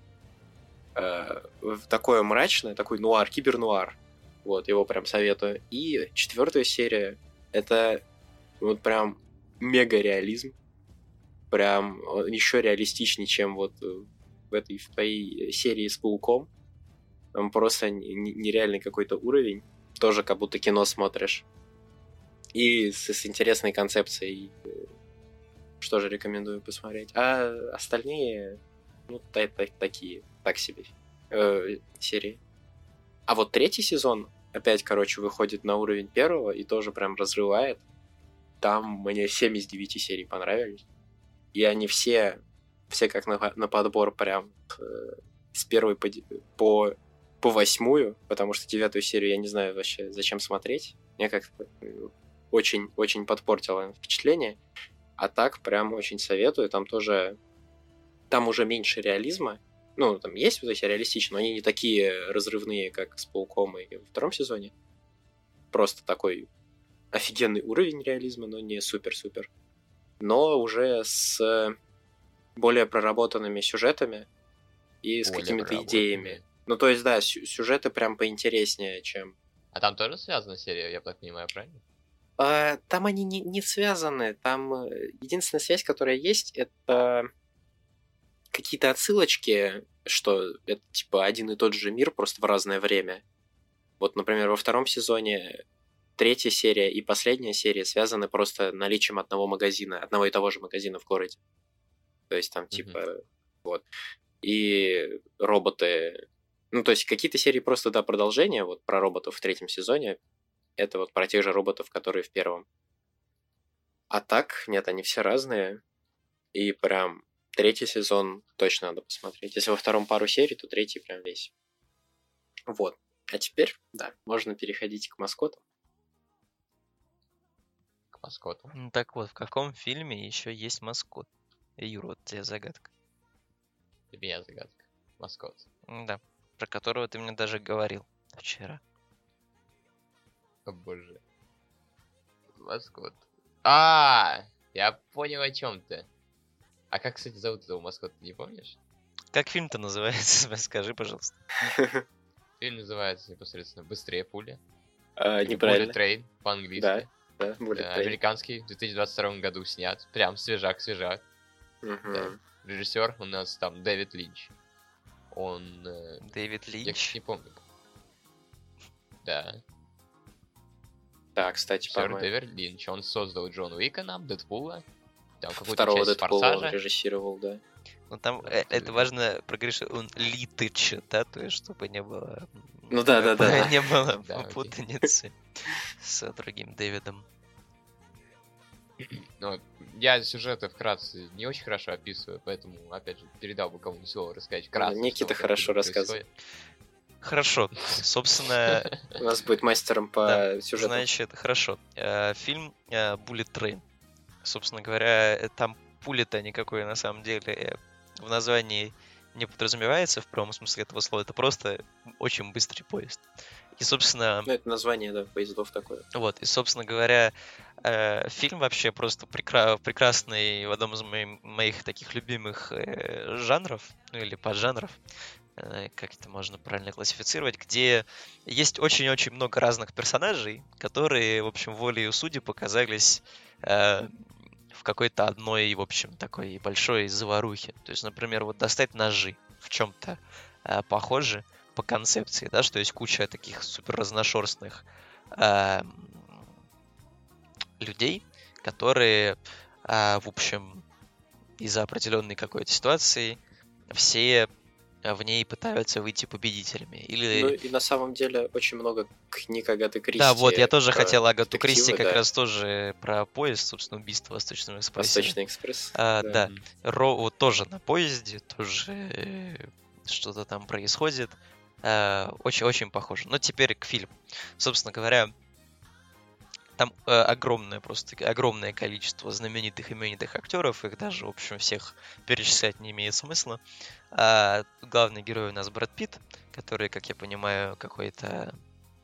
Такое мрачное, такой нуар, кибернуар. Вот, его прям советую. И 4-я серия это вот прям мега реализм. Прям еще реалистичнее, чем вот в твоей серии с Пауком. Там просто нереальный какой-то уровень. Тоже как будто кино смотришь. И с интересной концепцией. Что же рекомендую посмотреть. А остальные, ну, такие, так себе серии. А вот 3-й сезон опять, короче, выходит на уровень 1-го и тоже прям разрывает. Там мне 7 из 9 серий понравились. И они все как на подбор прям с 1 по 8-ю, потому что 9-ю серию я не знаю вообще, зачем смотреть. Мне как-то очень подпортило впечатление. А так прям очень советую. Там уже меньше реализма. Ну, там есть вот эти реалистичные, но они не такие разрывные, как с Пауком и во 2-м сезоне. Просто такой офигенный уровень реализма, но не супер-супер. Но уже с более проработанными сюжетами и с какими-то идеями. Ну, то есть, да, сюжеты прям поинтереснее, чем... А там тоже связана серия, я так понимаю, правильно? Там они не связаны. Там единственная связь, которая есть, это какие-то отсылочки, что это типа один и тот же мир, просто в разное время. Вот, например, во 2-м сезоне третья серия и последняя серия связаны просто наличием одного и того же магазина в городе. То есть там типа вот. И роботы... Ну, то есть какие-то серии просто, да, продолжения, вот про роботов в третьем сезоне, это вот про тех же роботов, которые в первом. А так, нет, они все разные. И прям третий сезон точно надо посмотреть. Если во втором пару серий, то третий прям весь. Вот. А теперь, да, можно переходить к маскотам. К маскоту. Так вот, в каком фильме еще есть маскот? Юра, вот тебе загадка. Тебе я загадка. Маскот. Да, про которого ты мне даже говорил вчера. О боже. Маскот. Я понял, о чем ты. А как, кстати, зовут этого маскота, ты не помнишь? Как фильм-то называется? Скажи, пожалуйста. Фильм называется непосредственно «Быстрее пули». Неправильно. Bullet Train по-английски. Да, Bullet Train. Американский, в 2022 году снят. Прям свежак. Да. Режиссер у нас там Дэвид Линч. Он... Дэвид Я Линч? не помню. Да. Да, кстати, Режиссер по-моему, Дэвид Линч. Он создал Джон Уика нам, Дэдпула. Там какую-то второго часть Дэдпула он Форсажа. режиссировал, да. Ну там это важно проговорить, он Литыч, да, то есть чтобы не было... Ну да. Не было Да, окей. путаницы с другим Дэвидом. Но я сюжеты вкратце не очень хорошо описываю, поэтому, опять же, передал бы кому-нибудь слово рассказать вкратце. Никита что хорошо там рассказывает. Хорошо, собственно, У нас будет мастером по да, сюжету. значит, хорошо. Фильм Bullet Train. Собственно говоря, там пули-то никакой на самом деле в названии не подразумевается в прямом смысле этого слова. Это просто очень быстрый поезд. И, собственно... Ну, это название, да, поездов такое. Вот, и, собственно говоря, фильм вообще просто прекрасный в одном из моих таких любимых жанров, ну или поджанров, как это можно правильно классифицировать, где есть очень-очень много разных персонажей, которые, в общем, волею судеб оказались в какой-то одной, в общем, такой большой заварухе. То есть, например, вот достать ножи в чем-то похожи по концепции, да, что есть куча таких супер разношерстных людей, которые, в общем, из-за определенной какой-то ситуации все в ней пытаются выйти победителями. Или... Ну и на самом деле очень много книг Агаты Кристи. Да, вот, я тоже хотел Агату детективы, Кристи как да. раз тоже про поезд, собственно, убийство в Восточном экспрессе. Восточный экспресс. Да, вот тоже на поезде, тоже что-то там происходит. Очень-очень похоже. Но теперь к фильму. Собственно говоря, там огромное количество знаменитых именитых актеров, их даже, в общем, всех перечислять не имеет смысла. Главный герой у нас Брэд Питт, который, как я понимаю, какой-то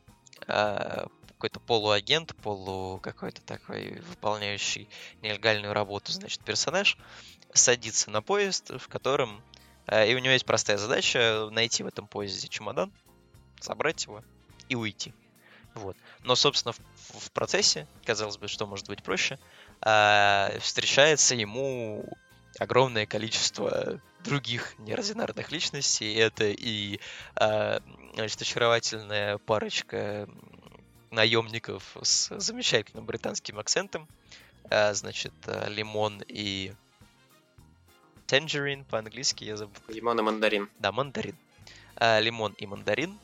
полуагент, какой-то такой выполняющий нелегальную работу, значит, персонаж, садится на поезд, в котором... И у него есть простая задача найти в этом поезде чемодан, собрать его и уйти. Вот. Но, собственно, в процессе, казалось бы, что может быть проще, встречается ему огромное количество других неординарных личностей. Это и, значит, очаровательная парочка наемников с замечательным британским акцентом, значит, Лимон и Tangerine по-английски, я забыл. Лимон и мандарин. Да, мандарин. Лимон и мандарин,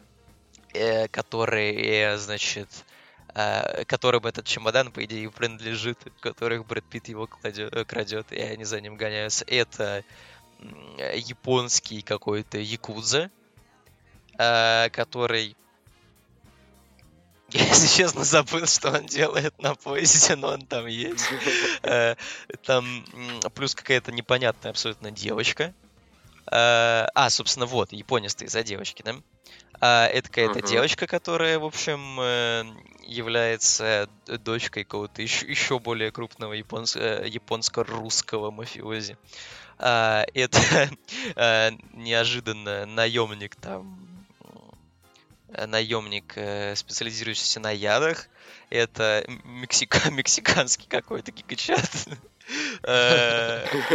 которые, значит, которым этот чемодан, по идее, принадлежит, которых Брэд Питт его крадет, и они за ним гоняются. Это японский какой-то якудза, который... Я, если честно, забыл, что он делает на поезде, но он там есть. Там плюс какая-то непонятная абсолютно девочка. Собственно, вот, японец-то из-за девочки, да? Это какая-то девочка, которая, в общем, является дочкой какого-то еще более крупного японско-русского мафиози. Это неожиданно наемник, специализирующийся на ядах. Это мексиканский какой-то гигачат.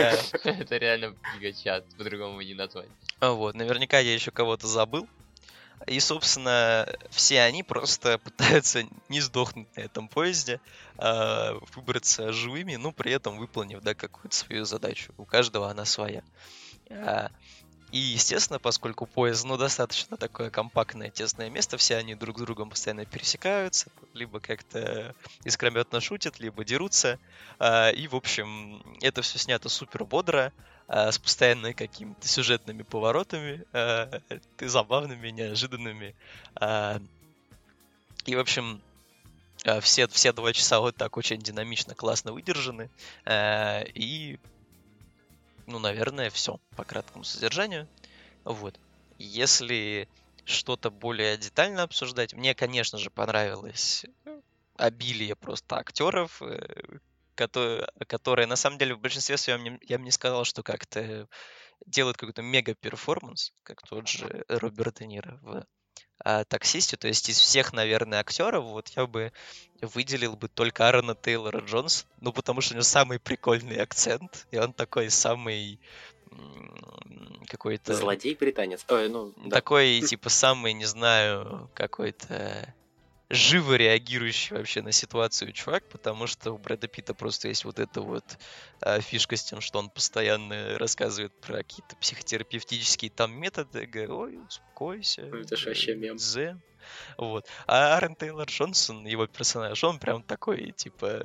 Это реально гигачат, по-другому не назвать. Вот, наверняка я еще кого-то забыл. И, собственно, все они просто пытаются не сдохнуть на этом поезде, выбраться живыми, но при этом выполнив, да, какую-то свою задачу. У каждого она своя. И, естественно, поскольку поезд, ну, достаточно такое компактное, тесное место, все они друг с другом постоянно пересекаются, либо как-то искрометно шутят, либо дерутся. И, в общем, это все снято супер бодро, с постоянными какими-то сюжетными поворотами, забавными, неожиданными. И, в общем, все 2 часа вот так очень динамично, классно выдержаны. И, ну, наверное, все по краткому содержанию. Вот. Если что-то более детально обсуждать, мне, конечно же, понравилось обилие просто актеров, которые на самом деле в большинстве своем я бы не сказал, что как-то делают какой-то мега-перформанс, как тот же Роберт Де Ниро в «Таксисте». То есть из всех, наверное, актеров вот я бы выделил бы только Аарона Тейлора Джонса, ну потому что у него самый прикольный акцент, и он такой самый какой-то... Злодей-британец. Ой, ну, да. Такой, типа, самый, не знаю, какой-то живо реагирующий вообще на ситуацию чувак, потому что у Брэда Питта просто есть вот эта вот фишка с тем, что он постоянно рассказывает про какие-то психотерапевтические там методы, говорит, ой, успокойся. Это же вообще мем. Дзен. Вот. А Аарон Тейлор Джонсон, его персонаж, он прям такой, типа,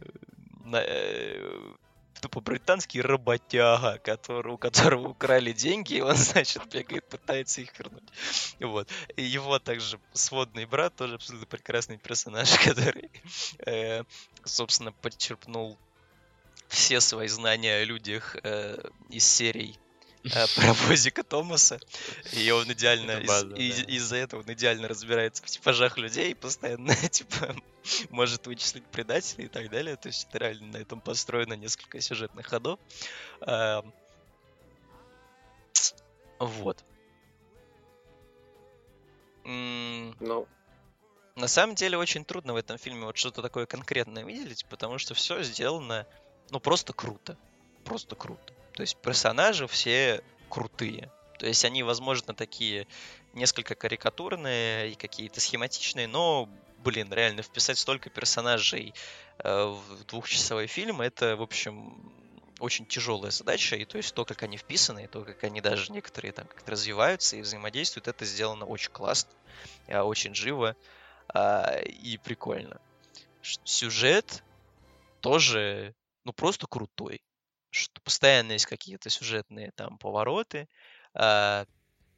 тупо британский работяга, у которого украли деньги, и он, значит, бегает, пытается их вернуть. Вот. И его также сводный брат, тоже абсолютно прекрасный персонаж, который, собственно, подчерпнул все свои знания о людях из серий про Бозика Томаса, и он идеально, из-за этого он идеально разбирается в типажах людей, постоянно, типа, может вычислить предателей и так далее, то есть это реально на этом построено несколько сюжетных ходов. Вот. Ну, на самом деле очень трудно в этом фильме вот что-то такое конкретное выделить, потому что все сделано, ну, просто круто. Просто круто. То есть персонажи все крутые. То есть они, возможно, такие несколько карикатурные и какие-то схематичные, но, блин, реально вписать столько персонажей в 2-часовой фильм, это, в общем, очень тяжелая задача. И то есть то, как они вписаны, и то, как они даже некоторые там как-то развиваются и взаимодействуют, это сделано очень классно, очень живо и прикольно. Сюжет тоже, ну, просто крутой. Что постоянно есть какие-то сюжетные там повороты, в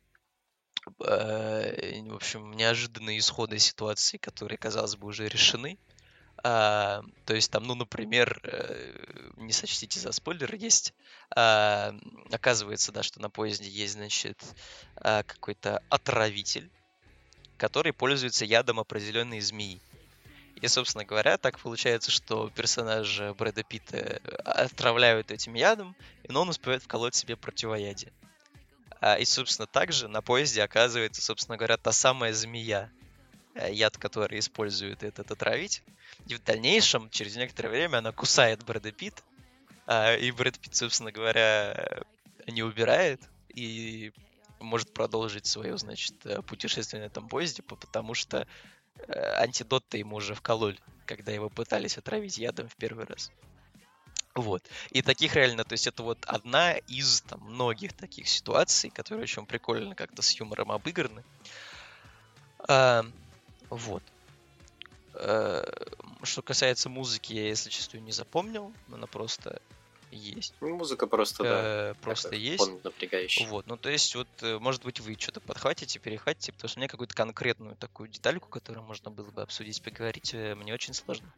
общем, неожиданные исходы ситуации, которые, казалось бы, уже решены. То есть там, ну, например, не сочтите за спойлер, есть, оказывается, да, что на поезде есть, значит, какой-то отравитель, который пользуется ядом определенной змеи. И, собственно говоря, так получается, что персонажа Брэда Питта отравляют этим ядом, но он успевает вколоть себе противоядие. И, собственно, также на поезде оказывается, собственно говоря, та самая змея, яд, который использует этот отравитель. И в дальнейшем, через некоторое время, она кусает Брэда Питта, и Брэд Питт, собственно говоря, не убирает и может продолжить свое, значит, путешествие на этом поезде, потому что антидот-то ему уже вкололи, когда его пытались отравить ядом в первый раз. Вот. И таких реально, то есть это вот одна из там многих таких ситуаций, которые очень прикольно как-то с юмором обыграны. Вот. Что касается музыки, я, если честно, не запомнил, она просто есть. Ну, музыка просто, да. Просто такой есть. фон напрягающий. Вот, ну то есть вот, может быть, вы что-то подхватите, перехватите, потому что мне какую-то конкретную такую детальку, которую можно было бы обсудить, поговорить, мне очень сложно.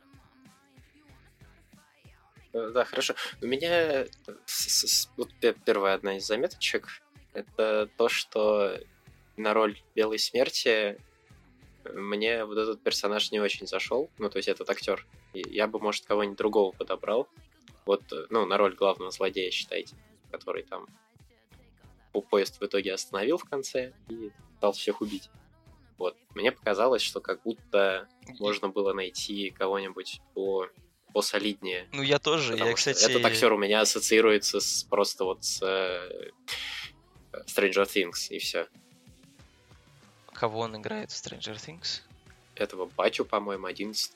Да, хорошо. У меня вот первая одна из заметочек — это то, что на роль Белой Смерти мне вот этот персонаж не очень зашел. Ну, то есть этот актер. И я бы, может, кого-нибудь другого подобрал. Вот, ну, на роль главного злодея, считайте, который там поезд в итоге остановил в конце и пытался всех убить. Вот. Мне показалось, что как будто можно было найти кого-нибудь посолиднее. Ну, я тоже. Потому что кстати... этот актер у меня ассоциируется с Stranger Things, и все. Кого он играет в Stranger Things? Этого батю, по-моему, 11,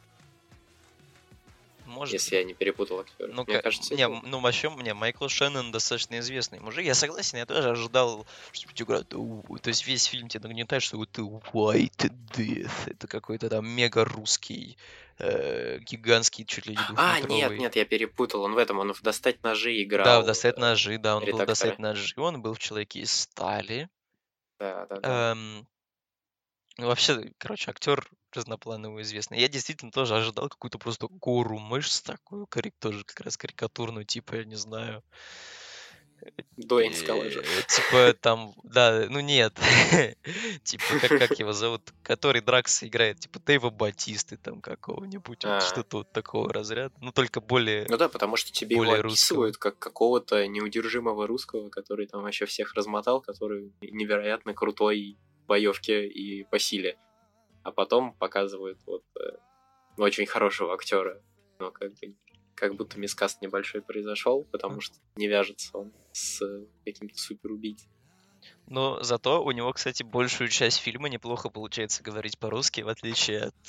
Может если я не перепутал актера. Ну, Мне кажется, не, это- ну, вообще, мне Майкл Шеннон достаточно известный мужик. Я согласен, я тоже ожидал, что тебе говорят, то есть весь фильм тебя нагнетает, что вот ты White Death. Это какой-то там мега русский, гигантский, чуть ли не нет, двухметровый. я перепутал. Он в «Достать ножи» играл. Да, в «Достать ножи», да, он был в редактора. «Достать ножи», он был в «Человеке из стали». Да. Ну, вообще, короче, актер разнопланово известный. Я действительно тоже ожидал какую-то просто гору мышц такую, тоже как раз карикатурную, типа, я не знаю, Дуэйн Скала же. типа там, да, ну нет, типа, как его зовут, который Дракс играет, типа Дэйва Батисты там какого-нибудь, вот А. что-то вот такого разряда, ну только более, Ну да, потому что тебе его более описывают русского. как какого-то неудержимого русского, который там вообще всех размотал, который невероятно крутой в боевке и по силе. А потом показывают вот очень хорошего актера. Но как будто мискаст небольшой произошел, потому что не вяжется он с каким-то суперубийцей. Но зато у него, кстати, большую часть фильма неплохо получается говорить по-русски, в отличие от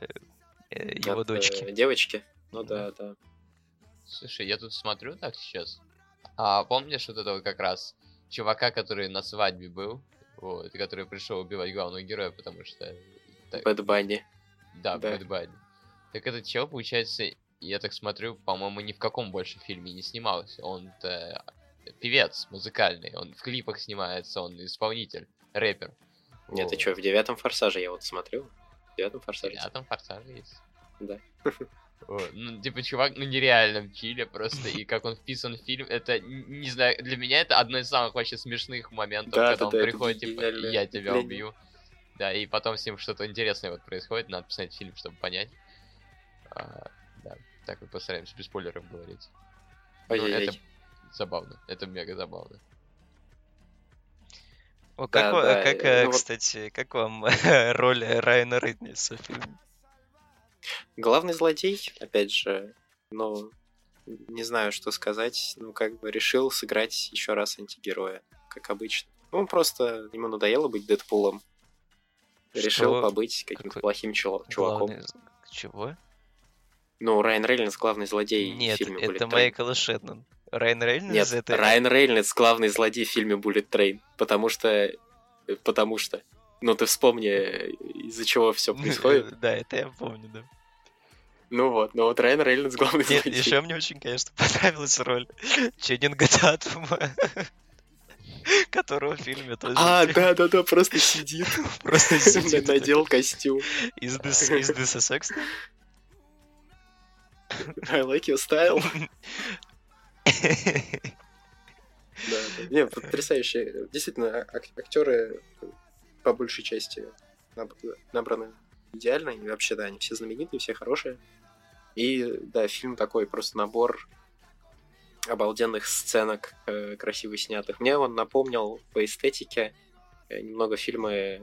его От, дочки. девочки. Ну Да. да. Слушай, я тут смотрю так сейчас. А помнишь вот этого как раз чувака, который на свадьбе был, вот, и который пришел убивать главного героя, потому что... Бэд Банни. Да, Да. Бэд Банни. Так этот чел, получается, я так смотрю, по-моему, ни в каком больше фильме не снимался. Он-то певец музыкальный, он в клипах снимается, он исполнитель, рэпер. Нет, Вот. ты что, в 9-м «Форсаже» я вот смотрю. В 9-м В «Форсаже». 9-м «Форсаже» есть. Да. Вот. Ну, типа, чувак, ну, нереально в чиле просто, и как он вписан в фильм, это, не знаю, для меня это одно из самых вообще смешных моментов, Да, когда да, он да, это приходит, типа, гениальное я тебя вступление. убью. Да, и потом с ним что-то интересное вот происходит, надо посмотреть фильм, чтобы понять. Да, так вот постараемся без спойлеров говорить. Ну, Ой-ой-ой. это забавно, это мега забавно. О, Да, да, ну вот- кстати, как вам роль Райана Рейнольдса в фильме? Главный злодей, опять же, ну, не знаю, что сказать, ну, как бы решил сыграть еще раз антигероя, как обычно. Ну, он просто, ему надоело быть Дэдпулом. Решил Что? побыть каким-то Какой плохим чуваком. главный... Чего? Ну, Райан Рейнольдс главный злодей в Нет, фильме это Bullet Train. Майкл Шеннон. Райан Рейнольдс Нет, это... Райан Рейнольдс главный злодей в фильме Bullet Train, потому что... Ну, ты вспомни, из-за чего все происходит. Да, это я помню, да. Ну вот Райан Рейнольдс главный Нет, злодей. еще мне очень, конечно, понравилась роль Ченнинга Татума, которого в фильме тоже Да, просто сидит. просто сидит. Надел костюм. Is this a sex thing? I like your style. Да. Не, потрясающе. Действительно, актеры по большей части набраны идеально. И вообще, да, они все знаменитые, все хорошие. И, да, фильм такой, просто набор обалденных сценок, красиво снятых. Мне он напомнил по эстетике немного фильмы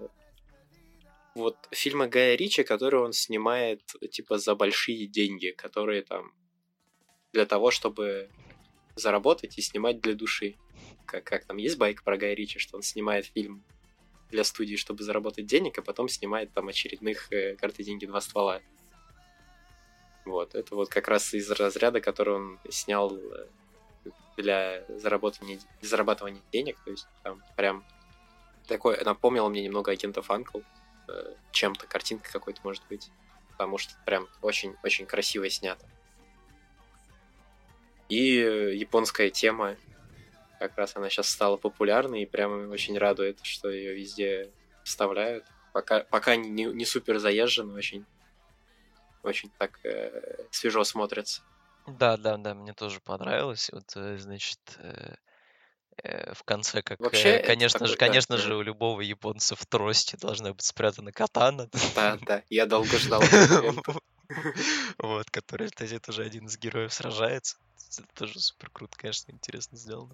Гая Ричи, которые он снимает, типа, за большие деньги, которые там для того, чтобы заработать и снимать для души. Как там есть байк про Гая Ричи, что он снимает фильм для студии, чтобы заработать денег, а потом снимает там очередных «Карты, деньги, два ствола». Вот, это вот как раз из разряда, который он снял для зарабатывания денег, то есть там прям такое, напомнило мне немного «Агентов Анкл», чем-то, картинка какой-то может быть, потому что прям очень-очень красиво снято. И японская тема, как раз она сейчас стала популярной, и прям очень радует, что ее везде вставляют. Пока не супер заезжено, очень так свежо смотрится. Да, мне тоже понравилось. Вот, значит, в конце, как, Вообще, конечно же, у любого японца в трости должна быть спрятана катана. Да, я долго ждал этого момента. Вот, который, кстати, тоже один из героев сражается. Это тоже супер круто, конечно, интересно сделано.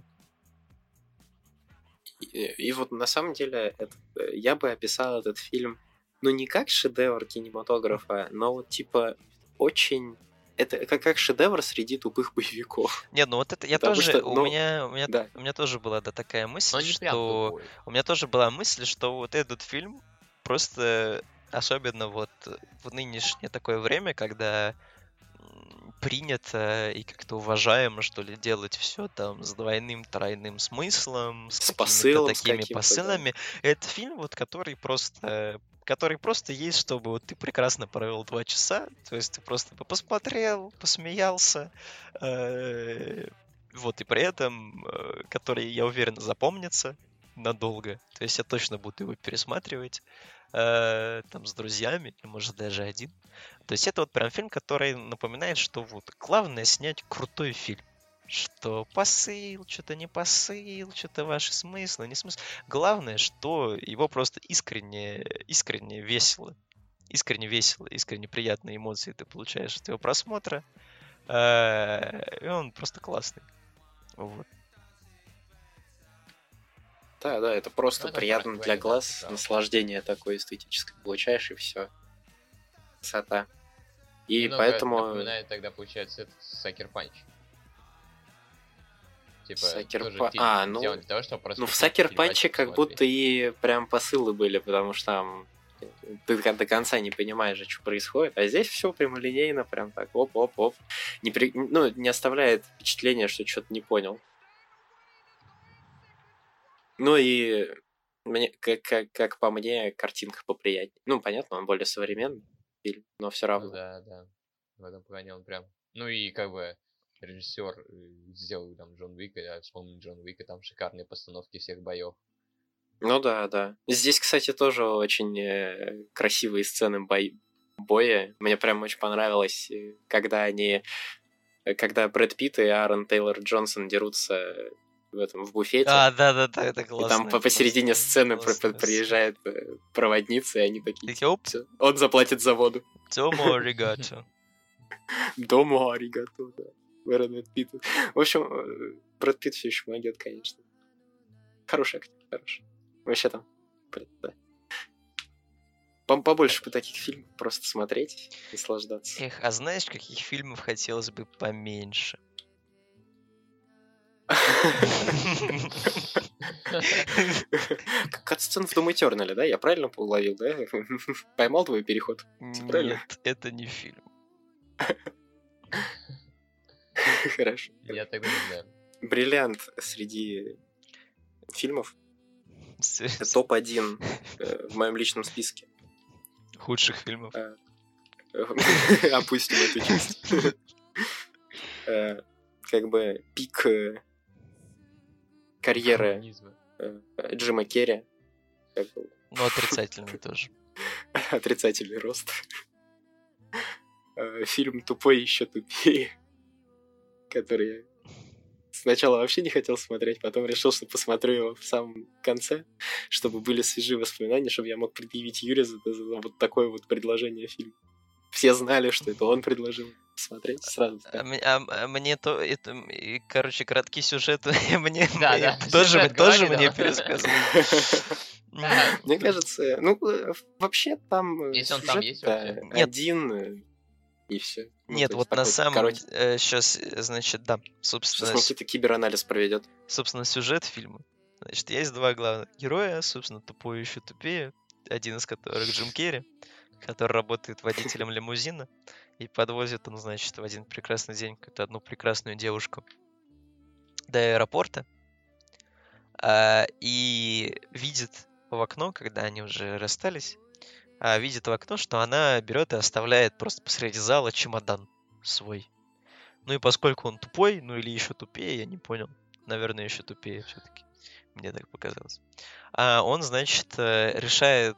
И вот на самом деле я бы описал этот фильм, ну, не как шедевр кинематографа, но вот типа очень это как шедевр среди тупых боевиков. Нет, ну вот это я Потому тоже, что, у ну, меня, да. у меня тоже была такая Но мысль, не прям что тупой. у меня тоже была мысль, что вот этот фильм просто, особенно вот в нынешнее такое время, когда принято и как-то уважаемо, что ли, делать все там с двойным, тройным смыслом, с С какими-то посылом, с такими каким-то, да. посылами. Это фильм, вот, который просто есть, чтобы вот ты прекрасно провел 2 часа, то есть ты просто посмотрел, посмеялся, вот, и при этом, который, я уверен, запомнится надолго. То есть я точно буду его пересматривать там с друзьями, или может даже один. То есть это вот прям фильм, который напоминает, что вот главное снять крутой фильм. Что посыл, что-то не посыл, что-то ваши смыслы, не смысл. Главное, что его просто искренне весело. Искренне весело, искренне приятные эмоции ты получаешь от его просмотра. И он просто классный. Вот. Да, это просто Ну, это приятно просто для глаз, валидация, да. наслаждение такое эстетическое получаешь, и все. Красота. И Немного поэтому напоминает тогда, получается, этот Сакер Панч. Типа, Сакер тоже Панч... фильм сделан для того, чтобы просто... Ну, в купить Сакер фильмачок Панче как посмотреть. будто и прям посылы были, потому что там ты до конца не понимаешь, что происходит. А здесь все прямолинейно, прям так, оп-оп-оп. Не оставляет впечатления, что что-то не понял. Ну и мне, как по мне, картинка поприятнее. Ну, понятно, он более современный фильм, но все Ну равно. да. В этом плане он прям... Ну и как бы режиссер сделал там Джон Уика, я вспомнил Джон Уика, там шикарные постановки всех боев. Ну да. Здесь, кстати, тоже очень красивые сцены боя. Мне прям очень понравилось, когда Брэд Питт и Аарон Тейлор Джонсон дерутся в буфете. Да, это классно. И там посередине сцены классная приезжает проводница, и они такие, Такие, оп, «Всё, он заплатит за воду. Тёмо аригато. Дому аригато, да. Брэд Питт. В общем, Брэд Питт все еще молодец, конечно. Хороший актер, хороший. Вообще там, да. Побольше бы таких фильмов просто смотреть, наслаждаться. Эх, а знаешь, каких фильмов хотелось бы поменьше? Кат-сцен в Doom Eternal, да? Я правильно уловил, да? Поймал твой переход? Правильно? Нет, это не фильм. Хорошо. Я тогда не знаю. Бриллиант среди фильмов. Топ-1 в моем личном списке. Худших фильмов. Опустим эту часть. Как бы пик карьеры Коммунизма. Джима Керри. Ну, отрицательный тоже. Отрицательный рост. Фильм «Тупой еще тупее», который я сначала вообще не хотел смотреть, потом решил, что посмотрю его в самом конце, чтобы были свежие воспоминания, чтобы я мог предъявить Юре за вот такое вот предложение фильма. Все знали, что это он предложил смотреть сразу. Мне то... это, короче, краткий сюжет мне Да. тоже Сюжет тоже говори, мне да. пересказывал. Мне кажется, вообще там Если он там есть сюжет вообще. Нет. один, и все. Нет, вот на самом... Сейчас, значит, да. Собственно, Сейчас Никита киберанализ проведет. собственно, сюжет фильма. Значит, есть два главных героя, собственно, тупой еще тупее. Один из которых Джим Керри, который работает водителем лимузина. И подвозит он, значит, в один прекрасный день какую-то одну прекрасную девушку до аэропорта. И видит в окно, когда они уже расстались, видит в окно, что она берет и оставляет просто посреди зала чемодан свой. Ну и поскольку он тупой, ну или еще тупее, я не понял. Наверное, еще тупее все-таки. Мне так показалось. Он, значит, решает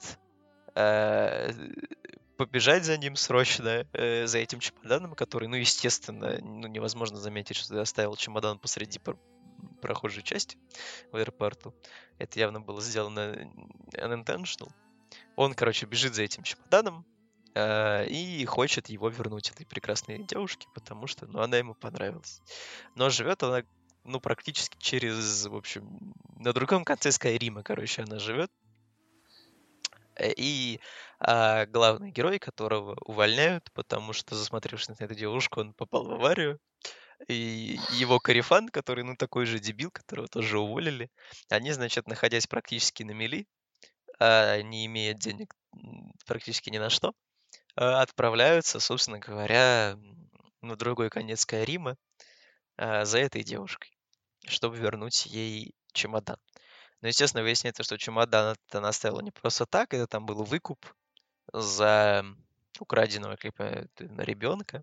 побежать за ним срочно, за этим чемоданом, который, ну, естественно, невозможно заметить, что ты оставил чемодан посреди прохожей части в аэропорту. Это явно было сделано unintentional. Он, короче, бежит за этим чемоданом и хочет его вернуть этой прекрасной девушке, потому что, ну, она ему понравилась. Но живет она, ну, практически через, в общем, на другом конце Скайрима, короче, она живет. И главный герой, которого увольняют, потому что, засмотревшись на эту девушку, он попал в аварию. И его корефан, который, ну, такой же дебил, которого тоже уволили, они, значит, находясь практически на мели, не имея денег практически ни на что, отправляются, собственно говоря, на другой конец Скайрима за этой девушкой, чтобы вернуть ей чемодан. Но, естественно, выясняется, что чемодан она оставила не просто так, это там был выкуп за украденного ребенка.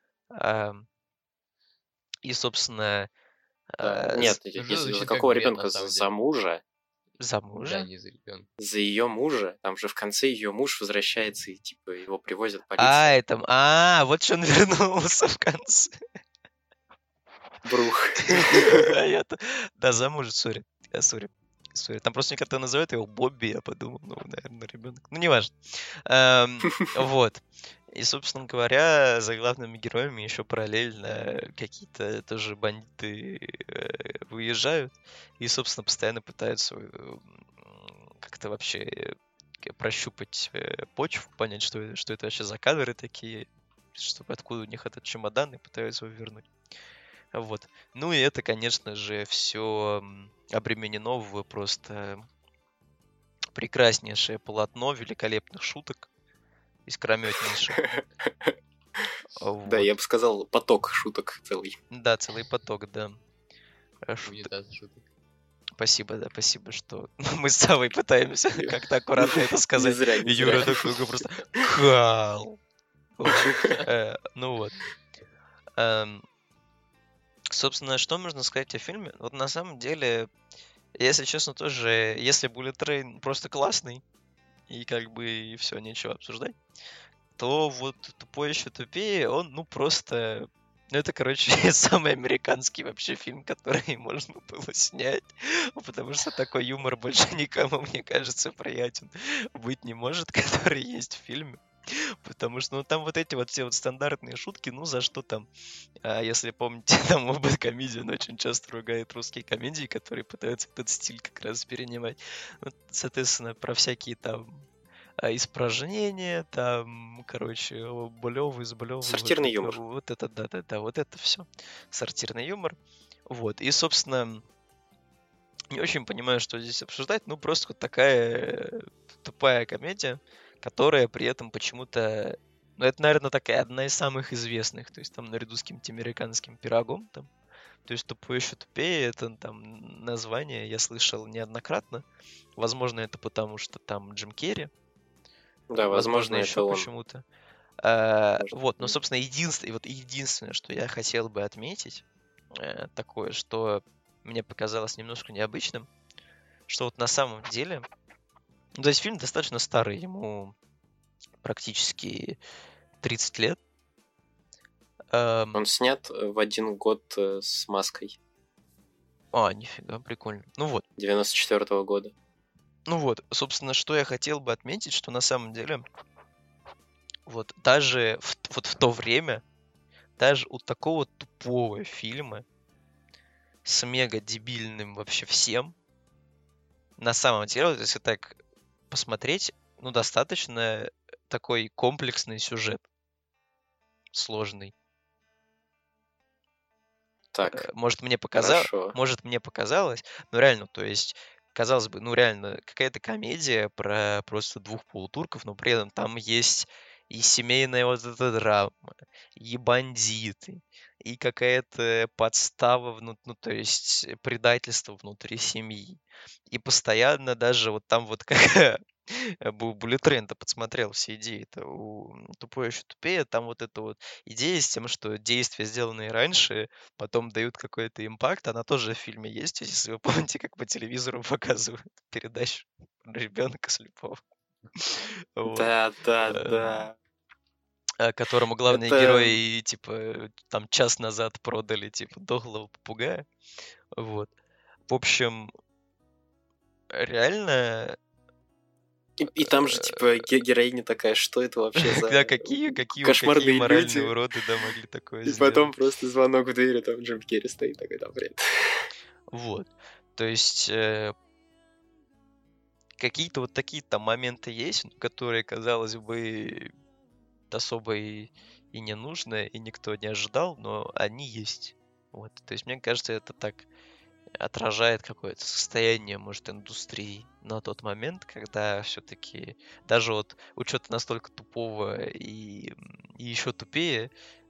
И, собственно, Нет, Что если за звучит как какого бред, на ребенка? самом За деле. мужа? за Да, мужа. не за ребенка. За ее мужа? Там же в конце ее муж возвращается и типа его привозят полиция. Вот что он вернулся в конце. Брух. Да, за мужа, сори. Там просто некоторые называют его Бобби, я подумал, ну, наверное, ребенок. Ну, неважно. Вот. И, собственно говоря, за главными героями еще параллельно какие-то тоже бандиты выезжают и, собственно, постоянно пытаются как-то вообще прощупать почву, понять, что это вообще за кадры такие, чтобы откуда у них этот чемодан, и пытаются его вернуть. Вот. Ну и это, конечно же, все обременено в просто прекраснейшее полотно великолепных шуток, искрометнейших. Да, я бы сказал, поток шуток целый. Да, целый поток, да. Унитаз шуток. Спасибо, что мы с Савой пытаемся как-то аккуратно это сказать. Не зря. Юра такой просто кал. Ну вот. Собственно, что можно сказать о фильме? Вот на самом деле, если честно, тоже, если Bullet Train просто классный, и как бы и все, нечего обсуждать, то вот «Тупой еще тупее», он, ну, просто... Ну, это, короче, самый американский вообще фильм, который можно было снять, потому что такой юмор больше никому, мне кажется, приятен быть не может, который есть в фильме. Потому что, ну, там вот эти вот все вот стандартные шутки, ну, за что там, если помните, там Бэд Комедиан очень часто ругает русские комедии, которые пытаются этот стиль как раз перенимать. Вот, соответственно, про всякие там испражнения, там, короче, блёвы, Сортирный юмор. Вот это, да, вот это все. Сортирный юмор. Вот, и, собственно, не очень понимаю, что здесь обсуждать, ну, просто вот такая тупая комедия, которая при этом почему-то... Ну, это, наверное, такая одна из самых известных, то есть там наряду с каким-то американским пирогом, там, то есть «Тупой еще тупее», это там название я слышал неоднократно. Возможно, это потому, что там Джим Керри. Да, возможно, еще это он. почему-то. Может, Вот, но, собственно, единственное, что я хотел бы отметить, такое, что мне показалось немножко необычным, что вот на самом деле... Ну, то есть фильм достаточно старый, ему практически 30 лет. Он снят в один год с «Маской» Нифига, прикольно. Ну вот. 94-го года. Ну вот, собственно, что я хотел бы отметить, что на самом деле вот даже вот в то время, даже у такого тупого фильма с мега дебильным вообще всем, на самом деле, вот если так посмотреть, ну, достаточно такой комплексный сюжет. Сложный. Так, Может, мне хорошо. показалось, но реально, то есть, казалось бы, ну, реально, какая-то комедия про просто двух полутурков, но при этом там есть и семейная вот эта драма, и бандиты, и какая-то подстава, ну, то есть предательство внутри семьи. И постоянно даже вот там вот как Bullet Train-то подсмотрел все идеи-то у «Тупой еще тупее», там вот эта вот идея с тем, что действия, сделанные раньше, потом дают какой-то импакт, она тоже в фильме есть, если вы помните, как по телевизору показывают передачу про ребенка слепого. Вот. Да. Которому главные Это- герои, типа, там час назад продали, типа, дохлого попугая. Вот. В общем, реально... И там же, типа, героиня такая, что это вообще за Да, какие кошмарные моральные люди. уроды, да, могли такое И сделать. потом просто звонок в двери, там Джим Керри стоит, такой, да, привет. Вот. То есть, какие-то вот такие-то моменты есть, которые, казалось бы, особо и не нужно, и никто не ожидал, но они есть. Вот. То есть, мне кажется, это так отражает какое-то состояние, может, индустрии на тот момент, когда все-таки даже вот у чего-то настолько тупого и еще тупее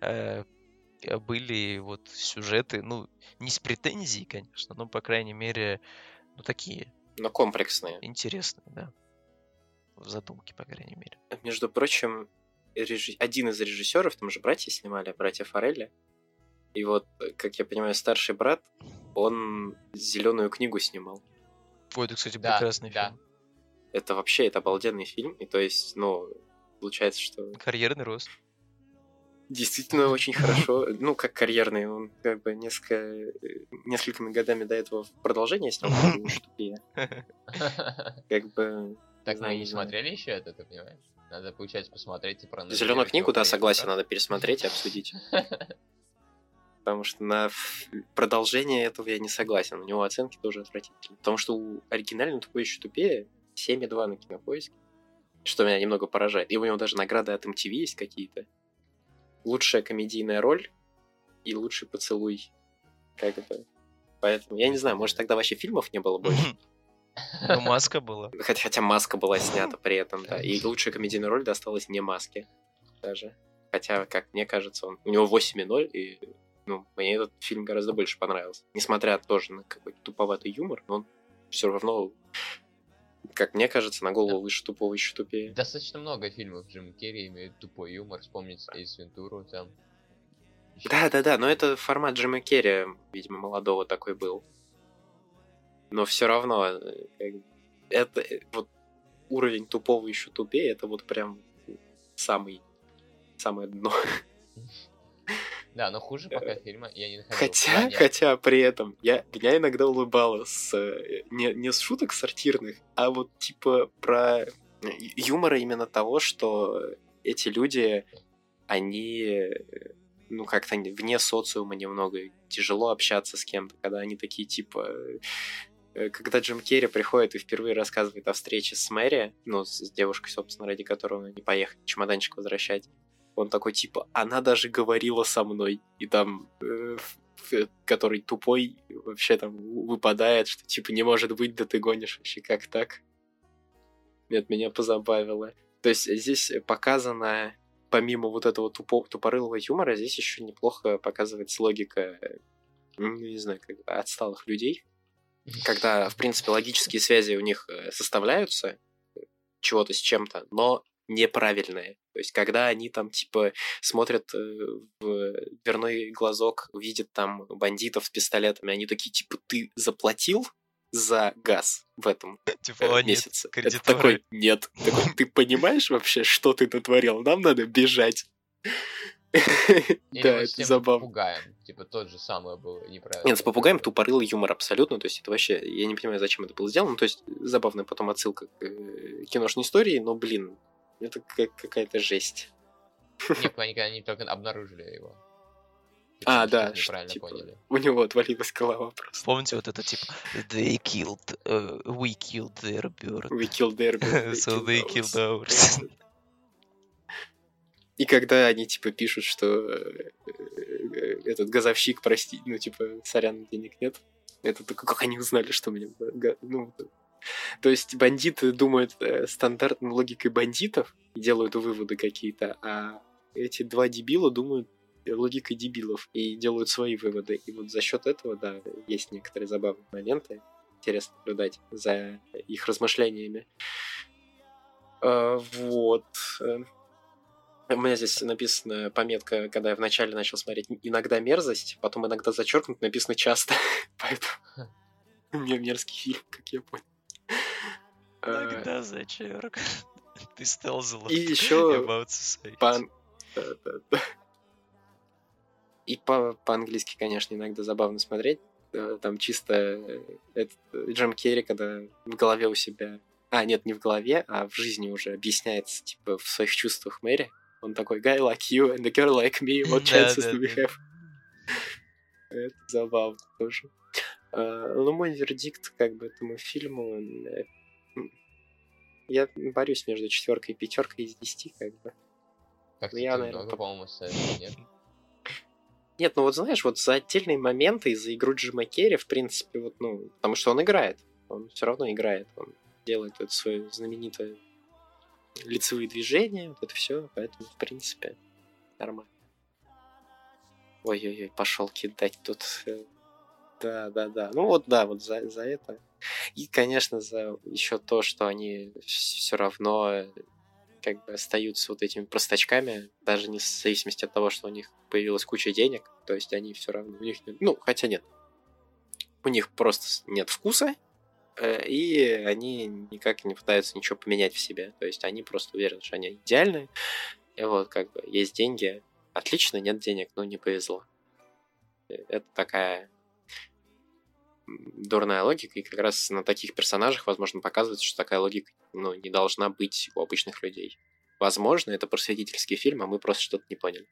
были вот сюжеты, ну, не с претензией, конечно, но, по крайней мере, ну, такие Но комплексные. интересные, да. В задумке, по крайней мере. Между прочим, один из режиссеров, там же братья снимали, братья Форелли. И вот, как я понимаю, старший брат, он «Зеленую книгу» снимал. Ой, это, кстати, Да, прекрасный да. фильм. Это вообще, это обалденный фильм. И то есть, ну, получается, что Карьерный рост. действительно очень хорошо. Ну, как карьерный, он как бы несколькими годами до этого продолжение снял, что я. Как бы... Так мы и не смотрели еще это, ты понимаешь? Надо, получается, посмотреть и проанализировать. «Зеленую книгу», его да, по согласен, нему, надо пересмотреть и обсудить. Потому что на продолжение этого я не согласен. У него оценки тоже отвратительные. Потому что у оригинального «Тупой еще тупее» 7,2 на Кинопоиске. Что меня немного поражает. И у него даже награды от MTV есть какие-то. Лучшая комедийная роль и лучший поцелуй. Как бы. Поэтому, я не знаю, может тогда вообще фильмов не было больше. Ну, маска была. Хотя маска была снята при этом, да. И лучшая комедийная роль досталась не маске даже. Хотя, как мне кажется, у него 8,0, и ну, мне этот фильм гораздо больше понравился. Несмотря тоже на какой-то туповатый юмор, но он все равно, как мне кажется, на голову выше тупого еще тупее. Достаточно много фильмов Джима Керри имеют тупой юмор. Вспомнить Эйс Вентуру там. Да, но это формат Джима Керри, видимо, молодого такой был. Но все равно, это вот уровень тупого еще тупее, это вот прям самое дно. Да, но хуже пока фильма я не находил. Хотя при этом меня иногда улыбало не с шуток сортирных, а вот типа про юмора именно того, что эти люди, они ну как-то вне социума немного, тяжело общаться с кем-то, когда они такие типа... Когда Джим Керри приходит и впервые рассказывает о встрече с Мэри, ну, с девушкой, собственно, ради которой он не поехал чемоданчик возвращать, он такой, типа, она даже говорила со мной. И там, который тупой, вообще там выпадает, что, типа, не может быть, да ты гонишь вообще, как так? Это меня позабавило. То есть здесь показано, помимо вот этого тупорылого юмора, здесь еще неплохо показывается логика, не знаю, как отсталых людей. Когда, в принципе, логические связи у них составляются чего-то с чем-то, но неправильные. То есть, когда они там, типа, смотрят в дверной глазок, видят там бандитов с пистолетами, они такие, типа, ты заплатил за газ в этом месяце? Нет, это такой, нет. Такой, ты понимаешь вообще, что ты натворил? Нам надо бежать. Да, это забавно. С попугаем. Типа тот же самый был неправильно. Нет, с попугаем тупорылый юмор абсолютно. То есть это вообще... Я не понимаю, зачем это было сделано. То есть забавная потом отсылка к киношной истории, но, блин, это какая-то жесть. Нет, они только обнаружили его. Да, типа, у него отвалилась голова просто. Помните вот это типа we killed their bird. We killed their bird. So they killed ours. И когда они, типа, пишут, что этот газовщик, прости, ну, типа, сорян, денег нет, это только как они узнали, что у меня... Ну, то есть бандиты думают стандартной логикой бандитов и делают выводы какие-то, а эти два дебила думают логикой дебилов и делают свои выводы. И вот за счет этого, да, есть некоторые забавные моменты. Интересно наблюдать за их размышлениями. Вот... У меня здесь написана пометка, когда я вначале начал смотреть, иногда мерзость, потом иногда зачеркнут, написано часто. Поэтому мне мерзкий фильм, как я понял. Иногда зачеркнут. Ты стал зло. И еще и по-английски, конечно, иногда забавно смотреть. Там чисто Джим Керри, когда в голове у себя... нет, не в голове, а в жизни уже объясняется, типа, в своих чувствах Мэри. Он такой, guy like you and a girl like me, what chances do we have? Это забавно тоже. Но мой вердикт, как бы, этому фильму, я борюсь между 4 и 5 из 10, как бы. Как-то я, немного, наверное, по-моему, ставишь, нет? Нет, ну вот знаешь, вот за отдельные моменты, и за игру Джима Керри, в принципе, вот, ну, потому что он играет. Он все равно играет. Он делает это свое знаменитое лицевые движения, вот это все, поэтому, в принципе, нормально. Ой-ой-ой, пошел кидать тут. Да. Ну вот да, вот за это. И, конечно, за еще то, что они все равно как бы остаются вот этими простачками, даже не в зависимости от того, что у них появилась куча денег, то есть они все равно, у них нет, ну, хотя нет, у них просто нет вкуса, и они никак не пытаются ничего поменять в себе, то есть они просто уверены, что они идеальны, и вот как бы есть деньги, отлично, нет денег, но не повезло. Это такая дурная логика, и как раз на таких персонажах, возможно, показывается, что такая логика, ну, не должна быть у обычных людей. Возможно, это просветительский фильм, а мы просто что-то не поняли.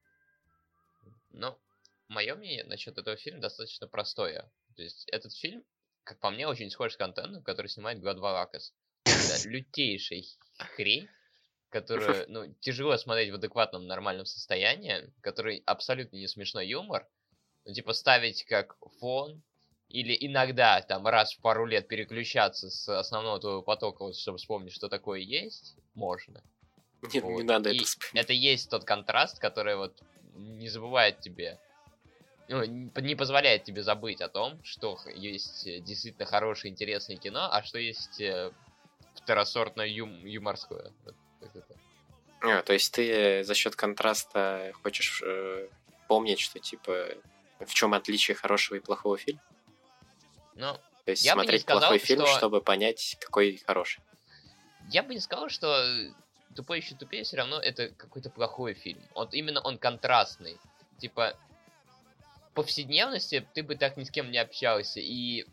Ну, мое мнение насчет этого фильма достаточно простое. То есть этот фильм, как по мне, очень схож с контентом, который снимает God Валакас. Это лютейшая хрень, которую, ну, тяжело смотреть в адекватном нормальном состоянии, который абсолютно не смешной юмор, ну, типа ставить как фон, или иногда, там, раз в пару лет переключаться с основного твоего потока, вот, чтобы вспомнить, что такое есть, можно. Не Вот. надо И это вспоминать. это есть тот контраст, который вот не забывает тебе, ну, не позволяет тебе забыть о том, что есть действительно хорошее, интересное кино, а что есть второсортное юморское. Вот, То есть ты за счет контраста хочешь помнить, что типа в чем отличие хорошего и плохого фильма? Ну, То есть я бы не смотреть сказал, плохой фильм, что... чтобы понять, какой хороший. Я бы не сказал, что «Тупой еще тупее» все равно это какой-то плохой фильм. Вот именно он контрастный. Типа, в повседневности ты бы так ни с кем не общался, и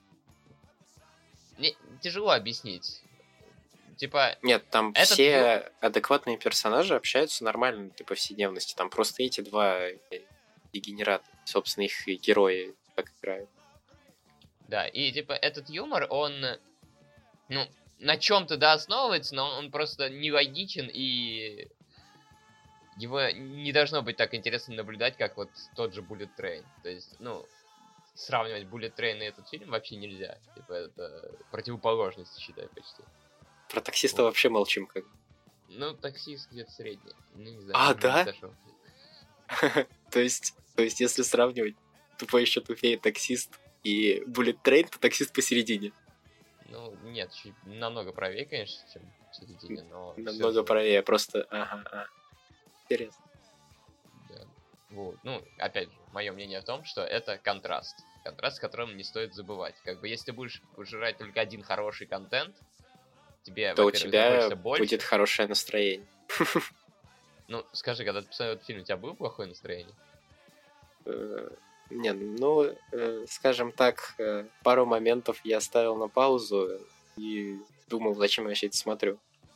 мне тяжело объяснить. Типа, Нет, там этот все адекватные персонажи общаются нормально для повседневности. Там просто эти два дегенерата, собственно, их и герои так играют. Да, и типа этот юмор, он, ну, на чем-то да основывается, но он просто нелогичен, и его не должно быть так интересно наблюдать, как вот тот же Bullet Train. То есть, ну, сравнивать Bullet Train и этот фильм вообще нельзя. Типа, это противоположность, считай, почти. Про таксиста вообще молчим как. Ну, таксист где-то средний. Ну, не знаю. А, может, да? не дошел. То есть, если сравнивать тупой еще тупее таксист и Bullet Train, то таксист посередине. Ну, нет, чуть намного правее, конечно, чем в середине, но... Намного правее, просто... Ага. Интересно. Да. Вот. Ну, опять же, мое мнение в том, что это контраст. Контраст, с которым не стоит забывать. Как бы, если ты будешь пожирать только один хороший контент, тебе, То у во-первых, тебя захочется больше. будет хорошее настроение. Ну, скажи, когда ты посмотрел этот фильм, у тебя было плохое настроение? Не, ну, скажем так, пару моментов я ставил на паузу и думал, зачем я вообще это смотрю.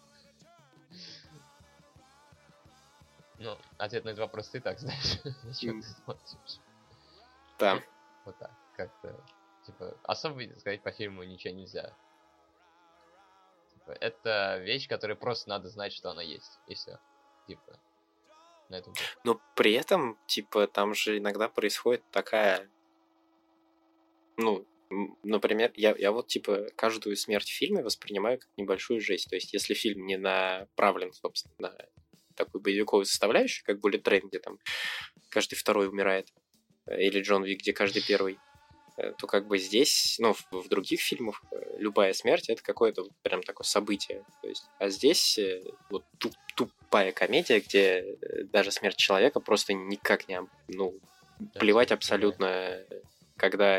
Ну, ответ на этот вопрос ты так знаешь. Зачем ты смотришь? Да. Вот так, как-то, типа, особо сказать по фильму ничего нельзя. Типа, это вещь, которой просто надо знать, что она есть, и все. Типа, на этом все. Но при этом, типа, там же иногда происходит такая... Ну, например, я вот, типа, каждую смерть в фильме воспринимаю как небольшую жесть. То есть, если фильм не направлен, собственно, на такую боевиковую составляющую, как Bullet Train, где там каждый второй умирает, или Джон Уик, где каждый первый, то как бы здесь, ну, в других фильмах любая смерть — это какое-то прям такое событие. То есть, а здесь вот тупая комедия, где даже смерть человека просто никак не... Ну, плевать абсолютно, когда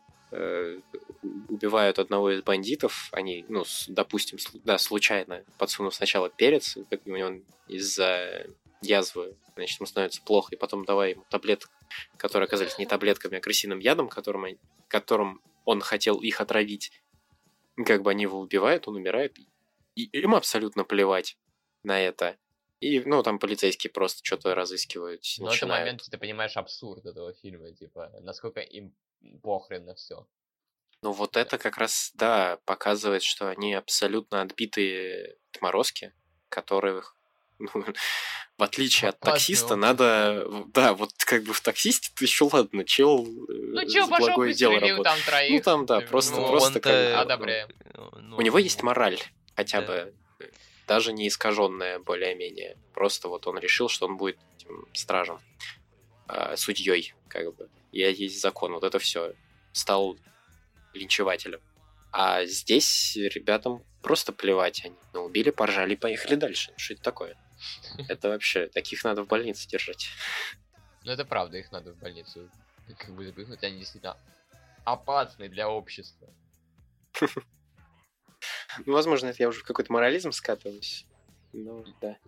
убивают одного из бандитов, они, ну, допустим, да, случайно подсунув сначала перец, у него из-за язвы, значит, ему становится плохо, и потом давай ему таблеток, которые оказались не таблетками, а крысиным ядом, которым он хотел их отравить. Как бы они его убивают, он умирает, и им абсолютно плевать на это. И, ну, там полицейские просто что-то разыскивают, Но в этот момент ты понимаешь абсурд этого фильма, типа, насколько им похрен на все. Ну вот это как раз, да, показывает, что они абсолютно отбитые отморозки, которых, ну, в отличие от Опасное таксиста, общество. надо... Да, вот как бы в таксисте-то еще ладно, чел Ну чё, за пошел благое дело пристрелил работает. там Ну троих. там, да, Ну, просто он-то, как бы... одобряем. У него есть мораль, хотя Да. бы, даже не искаженная более-менее. Просто вот он решил, что он будет этим стражем, судьей, как бы. И есть закон, вот это все. Стал линчевателем. А здесь ребятам просто плевать. Они убили, поржали, поехали дальше. Что это такое? Это вообще, таких надо в больнице держать. Ну это правда, их надо в больницу как бы запихнуть, они действительно опасны для общества. Ну, возможно, это я уже в какой-то морализм скатываюсь. Ну, да.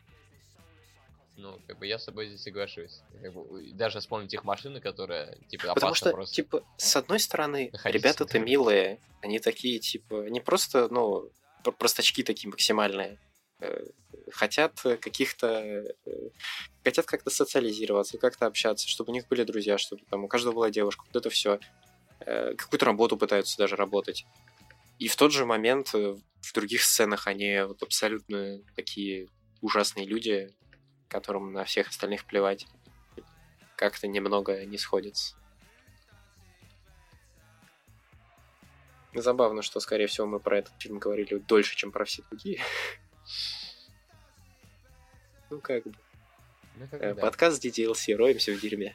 Ну, как бы я с тобой здесь соглашусь. Как бы, даже вспомнить их машины, которые, типа, Потому опасно что, просто. типа, с одной стороны, находиться ребята-то в дороге. милые. Они такие, типа, не просто, ну, простачки такие максимальные. Хотят каких-то... Хотят как-то социализироваться, как-то общаться, чтобы у них были друзья, чтобы там у каждого была девушка. Вот это все. Какую-то работу пытаются даже работать. И в тот же момент в других сценах они вот абсолютно такие ужасные люди, которым на всех остальных плевать. Как-то немного не сходится. Забавно, что, скорее всего, мы про этот фильм говорили дольше, чем про все другие. Ну, как бы. Ну, как бы, да. Подкаст DDLC, роемся в дерьме.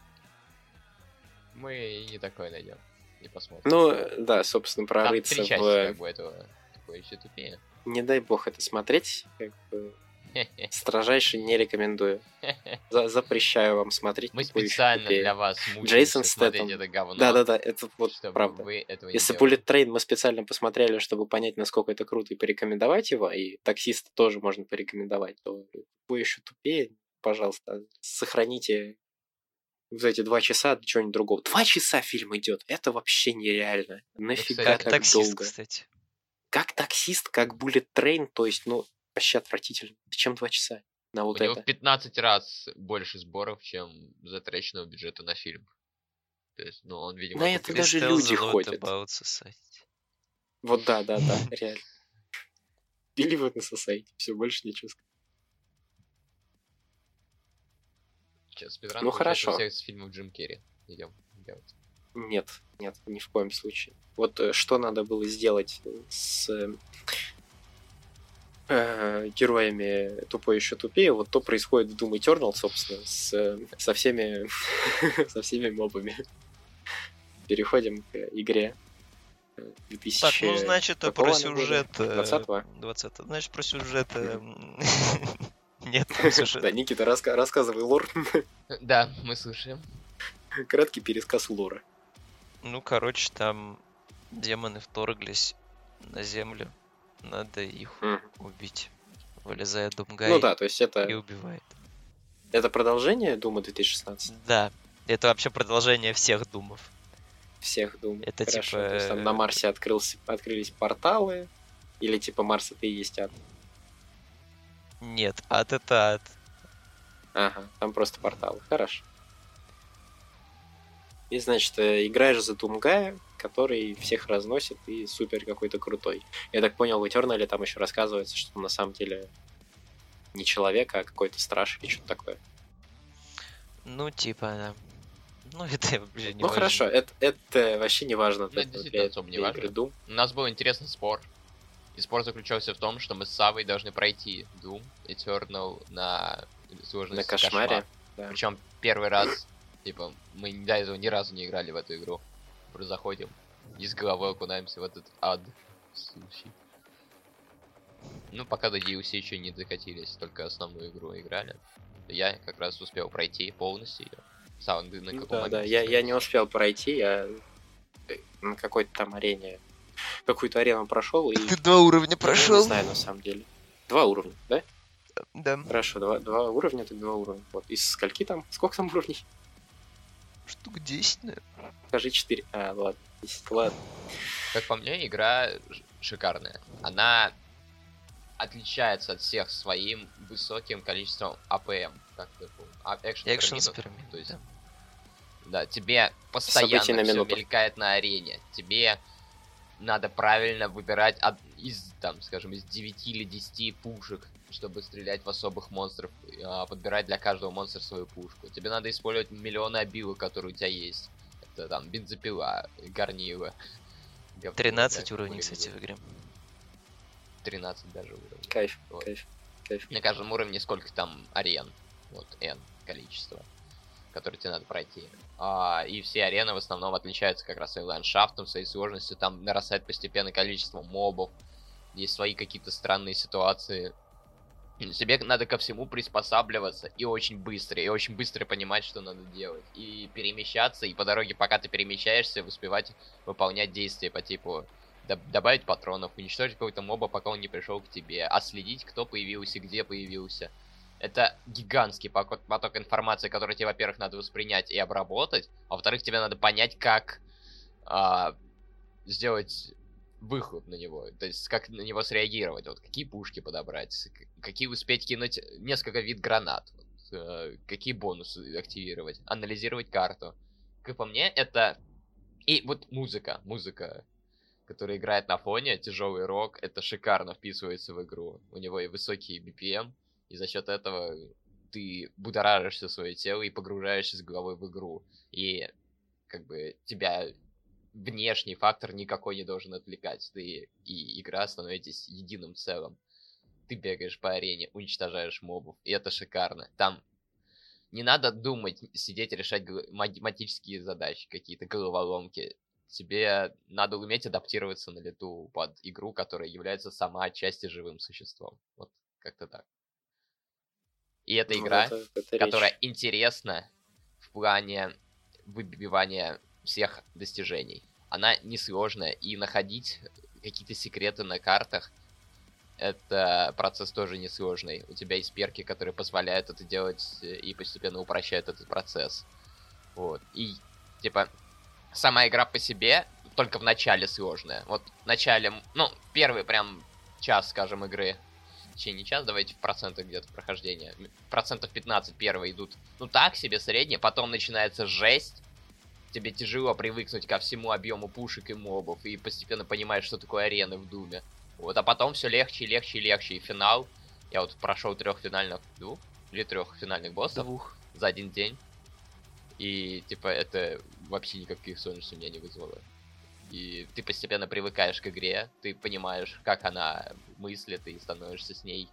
Мы и не такое найдем. Не посмотрим. Ну, да, собственно, Там прорыться 3 части, в... как бы, этого. Такое еще тупее. Не дай бог это смотреть, как бы... Строжайше не рекомендую. Запрещаю вам смотреть. Мы «Тупой еще специально тупее». для вас Джейсон мучаемся смотреть Стэттем. это говно. Да-да-да, это вот чтобы правда. вы этого не Если делали. Bullet Train мы специально посмотрели, чтобы понять, насколько это круто, и порекомендовать его, и таксиста тоже можно порекомендовать, то вы еще тупее, пожалуйста, сохраните вот эти 2 часа для чего-нибудь другого. 2 часа фильм идет, это вообще нереально. Нафига кстати, как таксист, долго. кстати. Как таксист, как Bullet Train, то есть, ну, вообще отвратительно. Зачем 2 часа на вот У него это? в 15 раз больше сборов, чем затраченного бюджета на фильм. То есть, ну, он, видимо, На это купил. даже Tells люди a lot ходят. about society. Вот да, реально. Или вот на Society, все, больше ничего сказать. Сейчас спидран Ну, получается хорошо. всех с фильмов Джим Керри. Идем делать. Нет, ни в коем случае. Вот что надо было сделать с героями «Тупой еще тупее», вот то происходит в Doom Eternal, собственно, со всеми со всеми мобами. Переходим к игре 2000... Так, ну значит, какого про она года? сюжет... 20-го? 20-го. Значит, про сюжет... Нет, там сюжет. Да, Никита, рассказывай лор. Да, мы слушаем. Краткий пересказ лора. Ну, короче, там демоны вторглись на землю. Надо их убить. Вылезает Думгай Ну да, то есть и это убивает. продолжение Дума 2016? Да, это вообще продолжение всех Думов. Всех Дум. Это Хорошо. типа... То есть там на Марсе открылись порталы, или типа Марс это и есть ад? Нет, ад это ад. Ага, там просто порталы. Хорошо. И, значит, играешь за Думгая, который всех разносит и супер какой-то крутой. Я так понял, в Eternal там еще рассказывается, что он на самом деле не человек, а какой-то страж или что-то такое. Ну, типа, да. Ну, это вообще не Ну важно. хорошо, это вообще не важно. Ну, это действительно особо не важно. Doom. У нас был интересный спор. И спор заключался в том, что мы с Савой должны пройти Doom Eternal на сложности На кошмаре. кошмар. Да. Причем первый раз, типа, мы до этого ни разу не играли в эту игру. Просто заходим и с головой окунаемся в этот ад. Слушай. Ну, пока до DLC еще не докатились, только основную игру играли. Я как раз успел пройти полностью ее. Саунды на каком Да, моменте? я не успел пройти, я на какой-то там арене. Какую-то арену прошел и... Ты 2 уровня Я прошел? не знаю, на самом деле. 2 уровня, да? Да. Хорошо, 2 уровня, так 2 уровня. Вот. Из скольки там? Сколько там уровней? Штук 10, наверное. Скажи 4. А, ладно. 10, ладно. Как по мне, игра шикарная. Она отличается от всех своим высоким количеством АПМ. Как это? Экшн с пирамидой, То есть да. Да, тебе Событий постоянно на все минуту. мелькает на арене. Тебе надо правильно выбирать из 9 или 10 пушек, чтобы стрелять в особых монстров, подбирать для каждого монстра свою пушку. Тебе надо использовать миллионы обилок, которые у тебя есть. Это там бензопила, горнила. 13 уровней, кстати, в игре. 13 даже уровней. Кайф, Вот. кайф. На каждом уровне сколько там арен. Вот, N количество, которые тебе надо пройти. И все арены в основном отличаются как раз своим ландшафтом, своей сложностью. Там нарастает постепенно количество мобов. Есть свои какие-то странные ситуации. Тебе надо ко всему приспосабливаться и очень быстро понимать, что надо делать. И перемещаться, и по дороге, пока ты перемещаешься, успевать выполнять действия по типу добавить патронов, уничтожить какого-то моба, пока он не пришел к тебе, отследить, кто появился, где появился. Это гигантский поток информации, который тебе, во-первых, надо воспринять и обработать, а во-вторых, тебе надо понять, как сделать выход на него, то есть как на него среагировать, вот какие пушки подобрать, какие успеть кинуть несколько вид гранат, какие бонусы активировать, анализировать карту. Как по мне, это... И вот музыка, которая играет на фоне, тяжелый рок, это шикарно вписывается в игру. У него и высокий BPM, и за счет этого ты будоражишься свое тело и погружаешься с головой в игру. И как бы тебя внешний фактор никакой не должен отвлекать. Ты и игра становитесь единым целым. Ты бегаешь по арене, уничтожаешь мобов, и это шикарно. Там не надо думать, сидеть, решать математические задачи, какие-то головоломки. Тебе надо уметь адаптироваться на лету под игру, которая является сама отчасти живым существом. Вот как-то так. И это игра, это которая речь. интересна в плане выбивания всех достижений. Она несложная, и находить какие-то секреты на картах это процесс тоже несложный. У тебя есть перки, которые позволяют это делать и постепенно упрощают этот процесс. Вот. И, типа, сама игра по себе только в начале сложная. Вот в начале, первый прям час, скажем, игры. Точнее, не час, давайте в процентах где-то прохождения. 15% первые идут, так себе, средние. Потом начинается жесть. Тебе тяжело привыкнуть ко всему объему пушек и мобов. И постепенно понимаешь, что такое арены в Думе. Вот, а потом все легче, легче, легче. И финал. Я вот прошел 3 финальных боссов за один день. И, типа, это вообще никаких сложностей у меня не вызвало. И ты постепенно привыкаешь к игре, ты понимаешь, как она мыслит, и становишься с ней...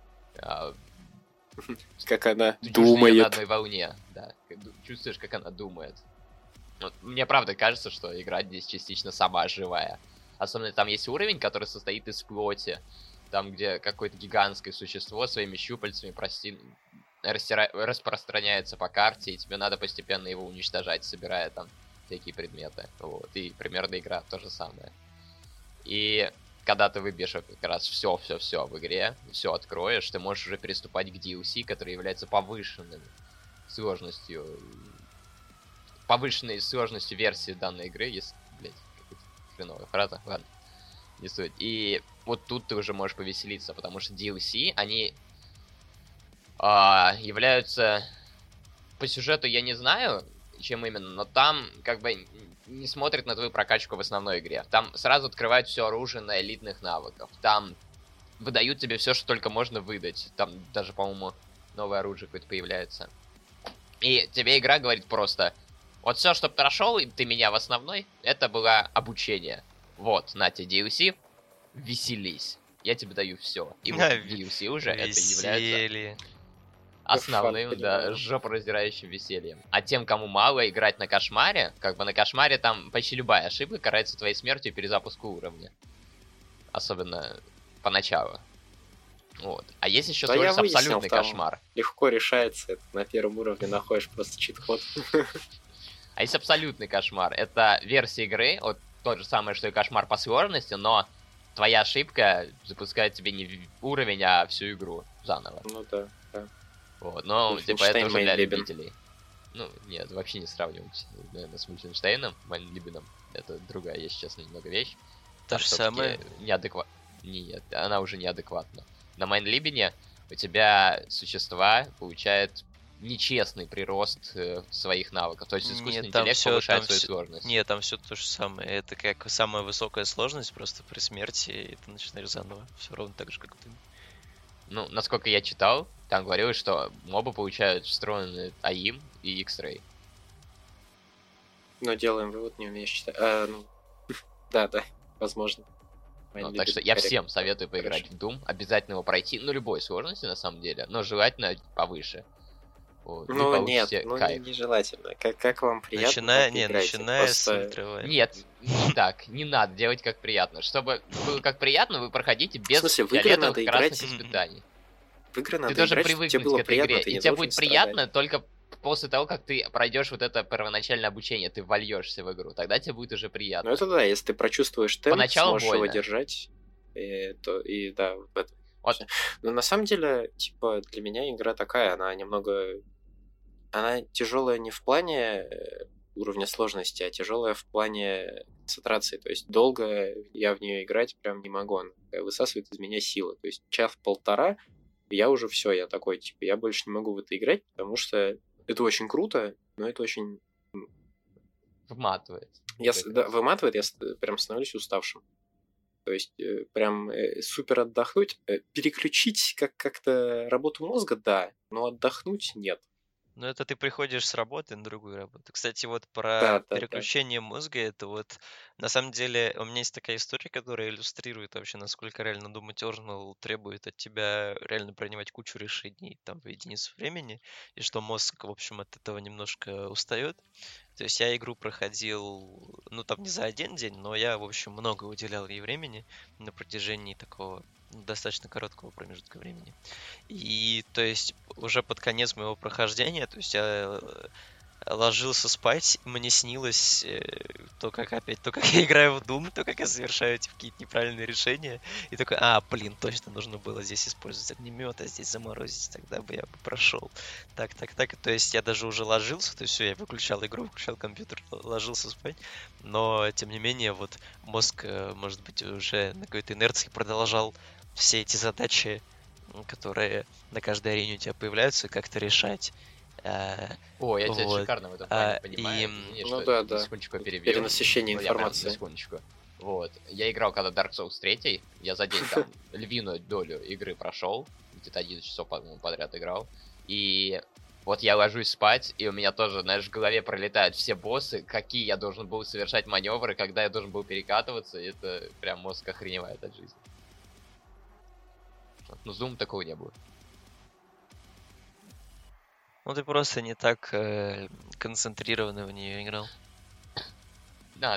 Как она на думает. одной волне, да. Чувствуешь, как она думает. Вот, мне правда кажется, что игра здесь частично сама живая. Особенно там есть уровень, который состоит из плоти. Там, где какое-то гигантское существо своими щупальцами распространяется по карте, и тебе надо постепенно его уничтожать, собирая там всякие предметы. Вот. И примерно игра то же самое. И когда ты выбьешь как раз все в игре, все откроешь, ты можешь уже приступать к DLC, который является повышенной сложностью версии данной игры, если, какая-то хреновая фраза, ладно, не суть. И вот тут ты уже можешь повеселиться, потому что DLC, они являются по сюжету, я не знаю, чем именно, но там как бы не смотрят на твою прокачку в основной игре. Там сразу открывают все оружие на элитных навыках. Там выдают тебе все, что только можно выдать. Там даже, по-моему, новое оружие какое-то появляется. И тебе игра говорит просто: вот все, что прошел, и ты меня в основной, это было обучение. Вот, на тебе DLC, веселись. Я тебе даю все. И вот DLC уже это является основным, да, жопораздирающим весельем. А тем, кому мало играть на кошмаре, как бы на кошмаре там почти любая ошибка карается твоей смертью и перезапуску уровня. Особенно поначалу. Вот. А есть еще сложность абсолютный кошмар. Легко решается, это на первом уровне находишь просто чит-код. А есть абсолютный кошмар. Это версия игры, вот тот же самый, что и кошмар по сложности, но твоя ошибка запускает тебе не уровень, а всю игру заново. Ну да. Вот, но типа это уже для любителей. Ну, нет, вообще не сравнивать, наверное, с Мультенштейном, Майнлибеном. Это другая, если честно, немного вещь. То же самое? Нет, она уже неадекватна. На Майнлибене у тебя существа получают нечестный прирост своих навыков. То есть искусственный Нет, там интеллект всё- повышает там свою всё- сложность. Нет, там все то же самое. Это как самая высокая сложность, просто при смерти, и ты начинаешь заново. Все ровно так же, как ты. Ну, насколько я читал, там говорилось, что мобы получают встроенный АИМ и X-Ray. Но делаем вывод, не умеешь читать. Да, возможно. Ну, так что я всем советую поиграть в Doom. Обязательно его пройти. Ну, любой сложности, на самом деле. Но желательно повыше. Вот, вы Ну, нет, получите ну кайф. нежелательно. Как вам приятно, так играйте. Начиная с Просто... ультравайта. Нет, не так. Не надо делать как приятно. Чтобы было как приятно, вы проходите без смысле, в игры фиолетовых надо и красных играть? испытаний. В игры надо Ты должен играть, чтобы тебе привыкнуть было к этой приятно, игре. ты И не тебе должен будет страдать. приятно только после того, как ты пройдешь вот это первоначальное обучение, ты вольешься в игру. Тогда тебе будет уже приятно. Ну это да, если ты прочувствуешь темп, Поначалу сможешь его больно. держать, и да, вот это. Вот. Но на самом деле, типа, для меня игра такая, она немного... Она тяжелая не в плане уровня сложности, а тяжелая в плане концентрации. То есть долго я в нее играть прям не могу. Она высасывает из меня силы. То есть час-полтора, я уже все, я такой, типа, я больше не могу в это играть, потому что это очень круто, но это очень... Вматывает. Выматывает, я прям становлюсь уставшим. То есть прям супер отдохнуть, переключить как-то работу мозга, да, но отдохнуть нет. Ну, это ты приходишь с работы на другую работу. Кстати, вот про переключение мозга, это вот... На самом деле, у меня есть такая история, которая иллюстрирует вообще, насколько реально Doom Eternal требует от тебя реально принимать кучу решений там в единицу времени, и что мозг, в общем, от этого немножко устает. То есть я игру проходил, ну, там не за один день, но я, в общем, много уделял ей времени на протяжении такого достаточно короткого промежутка времени. И, то есть, уже под конец моего прохождения, то есть я ложился спать, мне снилось то, как я играю в Doom, то, как я совершаю эти какие-то неправильные решения. И такой, блин, точно нужно было здесь использовать огнемет, а здесь заморозить, тогда бы я бы прошел. Так. То есть я даже уже ложился, то есть все, я выключал игру, выключал компьютер, ложился спать. Но, тем не менее, вот мозг, может быть, уже на какой-то инерции продолжал все эти задачи, которые на каждой арене у тебя появляются, как-то решать. Я тебя шикарно в этом плане понимаю. Да. Секундочку перебью. Перенасыщение информации. Секундочку. Вот. Я играл когда Dark Souls 3, я за день там львиную долю игры прошел, где-то 11 часов, по-моему, подряд играл. И вот я ложусь спать, и у меня тоже, знаешь, в голове пролетают все боссы, какие я должен был совершать маневры, когда я должен был перекатываться, и это прям мозг охреневает от жизни. Ну, с Doom такого не было. Ну, ты просто не так концентрированно в нее играл. Да.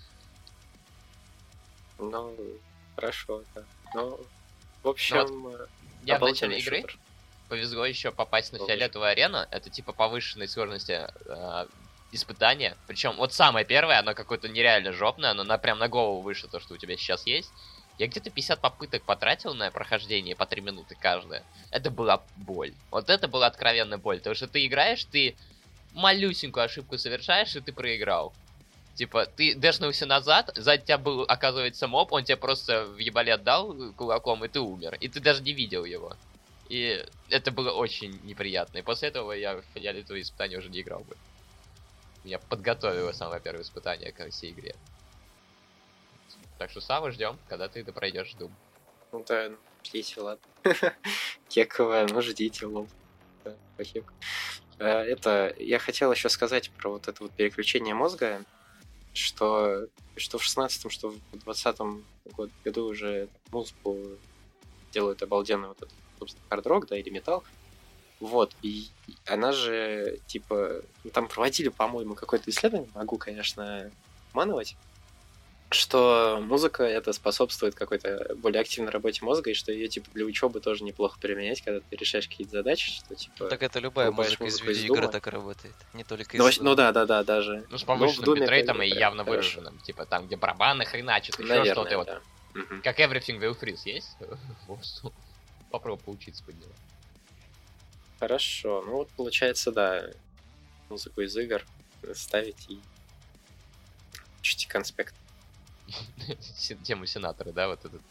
Ну, хорошо, да. Ну, в общем, я в начале игры повезло еще попасть на фиолетовую арену. Это типа повышенной сложности испытания. Причем вот самое первое, оно какое-то нереально жопное, оно прям на голову выше то, что у тебя сейчас есть. Я где-то 50 попыток потратил на прохождение по 3 минуты каждая. Это была боль. Вот это была откровенная боль. Потому что ты играешь, ты малюсенькую ошибку совершаешь, и ты проиграл. Типа, ты дэшнулся назад, сзади тебя был, оказывается, моб, он тебя просто в ебале отдал кулаком, и ты умер. И ты даже не видел его. И это было очень неприятно. И после этого я в фиолетовое испытание уже не играл бы. Я подготовил самое первое испытание ко всей игре. Так что Савва ждем, когда ты пройдешь Doom. Ну да, ждите, ладно. Кековая, ждите, лол. Да, похер. Это, я хотел еще сказать про вот это вот переключение мозга, что в 16-м, что в 20-м году уже музыку делают обалденный вот этот, собственно, хард-рок, да, или металл. Вот, и она же, типа, там проводили, по-моему, какое-то исследование, могу, конечно, обманывать, что музыка это способствует какой-то более активной работе мозга, и что ее типа для учебы тоже неплохо применять, когда ты решаешь какие-то задачи, что типа. Так это любая музыка из видеоигры так работает, не только из. Ну да, даже. Ну с повышенным битрейтом и явно выраженным, типа там, где барабаны хреначат, еще что-то вот. Как Everything Will Freeze есть? Попробуй поучиться под него. Хорошо, ну вот получается, да, музыку из игр ставить и чуть конспект. Тему сенатора, да, вот этот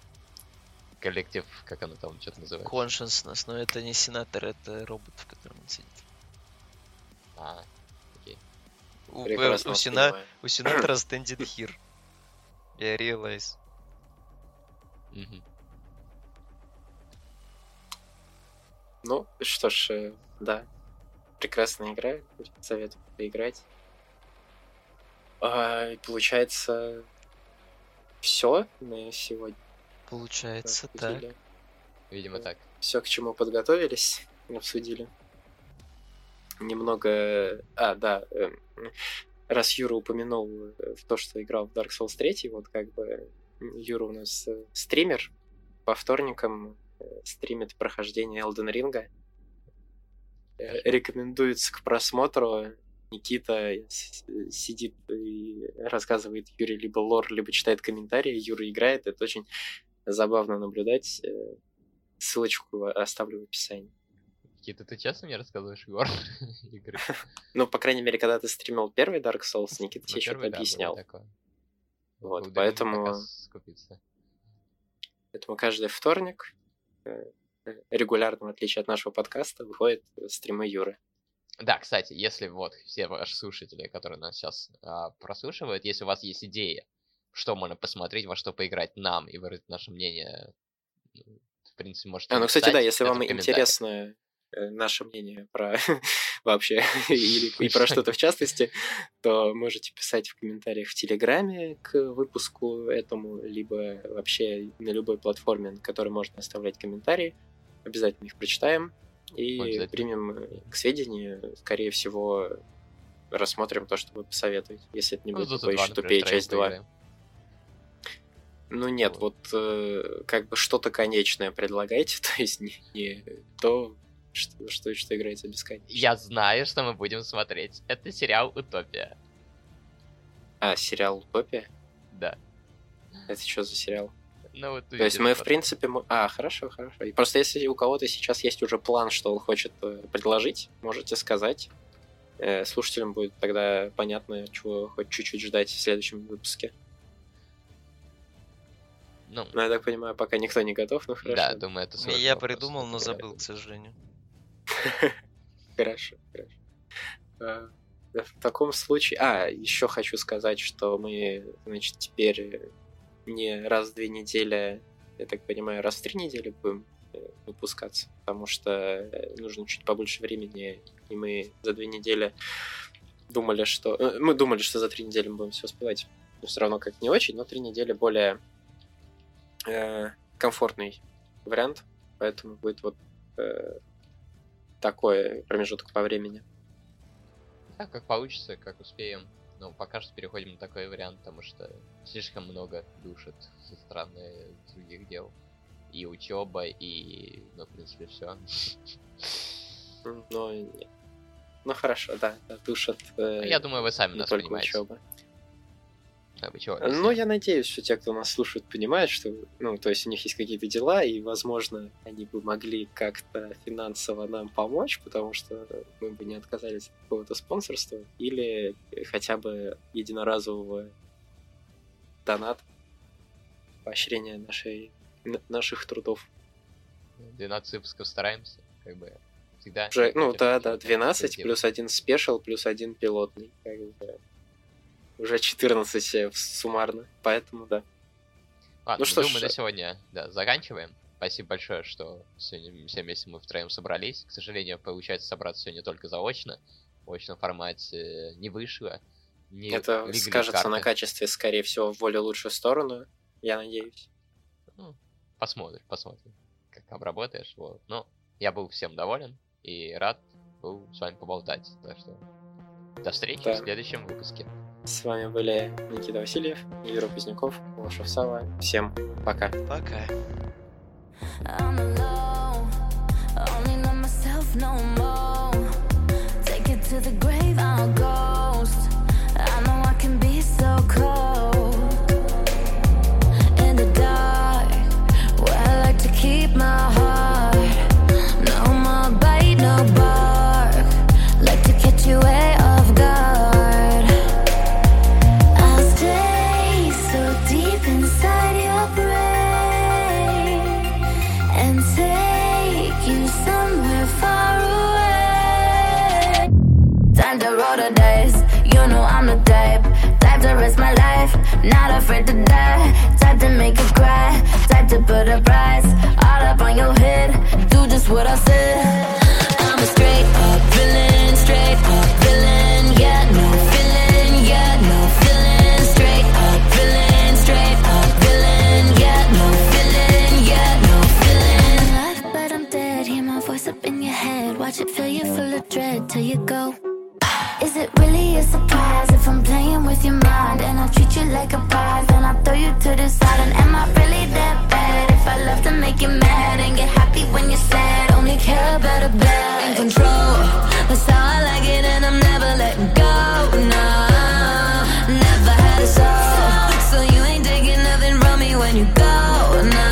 коллектив, как оно там что-то называется? Consciousness, но это не сенатор, это робот, в котором он оценит. Окей. Прекрасно воспринимаю. У Сенатора standing here. Я realize. Мгм. Ну, что ж, да. Прекрасная игра. Советую поиграть. И получается, все на сегодня. Получается так. Видимо, так. Все, к чему подготовились, обсудили. Немного... да. Раз Юра упомянул в то, что играл в Dark Souls 3, вот как бы Юра у нас стример. По вторникам стримит прохождение Elden Ring. Рекомендуется к просмотру. Никита сидит и рассказывает Юре либо лор, либо читает комментарии. Юра играет. Это очень забавно наблюдать. Ссылочку оставлю в описании. Никита, ты честно мне рассказываешь игр? Игры? Ну, по крайней мере, когда ты стримил первый Dark Souls, Никита Ну, тебе что-то первый, да, было объяснял. такое. Вот, Буду поэтому... пока скупиться. Поэтому каждый вторник, регулярно, в отличие от нашего подкаста, выходят стримы Юры. Да, кстати, если вот все ваши слушатели, которые нас сейчас прослушивают, если у вас есть идея, что можно посмотреть, во что поиграть нам и выразить наше мнение, в принципе, можете Ну, кстати, написать да, если это вам в комментариях. интересно наше мнение про вообще и про что-то в частности, то можете писать в комментариях в Телеграме к выпуску этому, либо вообще на любой платформе, на которой можно оставлять комментарии. Обязательно их прочитаем и примем к сведению. Скорее всего, рассмотрим то, что вы посоветуете, если это не будет такой еще тупее часть 2. Ну нет, вот как бы что-то конечное предлагайте, то есть не то, что играется бесконечно. Я знаю, что мы будем смотреть. Это сериал «Утопия». Сериал «Утопия»? Да. Это что за сериал? Ну, вот то есть мы, в принципе... Хорошо. И просто если у кого-то сейчас есть уже план, что он хочет предложить, можете сказать. Слушателям будет тогда понятно, чего хоть чуть-чуть ждать в следующем выпуске. Ну, я так понимаю, пока никто не готов, но хорошо. Да, думаю, это сложно. Я придумал, но забыл, к сожалению. Хорошо. В таком случае... еще хочу сказать, что мы, значит, теперь не раз в 2 недели, я так понимаю, раз в 3 недели будем выпускаться, потому что нужно чуть побольше времени, и мы за 2 недели думали, что... Мы думали, что за 3 недели мы будем все успевать. Но все равно как не очень, но 3 недели более комфортный вариант, поэтому будет вот такой промежуток по времени. Да, как получится, как успеем. Но пока что переходим на такой вариант, потому что слишком много душит со стороны других дел. И учеба, и, в принципе, все. Ну хорошо, да, душат. Я думаю, вы сами не нас только понимаете. Учеба. Ну, я надеюсь, что те, кто нас слушает, понимают, что, то есть у них есть какие-то дела, и, возможно, они бы могли как-то финансово нам помочь, потому что мы бы не отказались от какого-то спонсорства, или хотя бы единоразового доната, поощрения наших трудов. 12 выпусков стараемся, как бы, всегда. Уже, 12 плюс 1 спешл, плюс 1 пилотный, как бы. Уже 14 суммарно, поэтому да. Ладно, думаю, на сегодня заканчиваем. Спасибо большое, что сегодня все вместе мы втроем собрались. К сожалению, получается собраться сегодня только заочно. В очном формате не вышло. Это скажется на качестве, скорее всего, в более лучшую сторону, я надеюсь. Посмотрим, как обработаешь. Вот. Но я был всем доволен и рад был с вами поболтать. Так что до встречи в следующем выпуске. С вами были Никита Васильев, Юра Кузняков, Лошев Сава. Всем пока. Пока. Take you somewhere far away. risk my life, not afraid to die. Type to make you cry, type to put a price all up on your head. Do just what I said. I'm a straight up villain, yeah, no feeling, yeah, no feeling. Straight up villain, yeah, no feeling, yeah, no feeling. Alive, but I'm dead, hear my voice up in your head. Watch it fill you full of dread till you go. Is it really a surprise if I'm playing with your mind and I treat you like a prize, then I throw you to the side? And am I really that bad if I love to make you mad and get happy when you're sad? Only care about a bad in control. That's how I like it and I'm never letting go. No, never had a soul, so you ain't taking nothing from me when you go. No,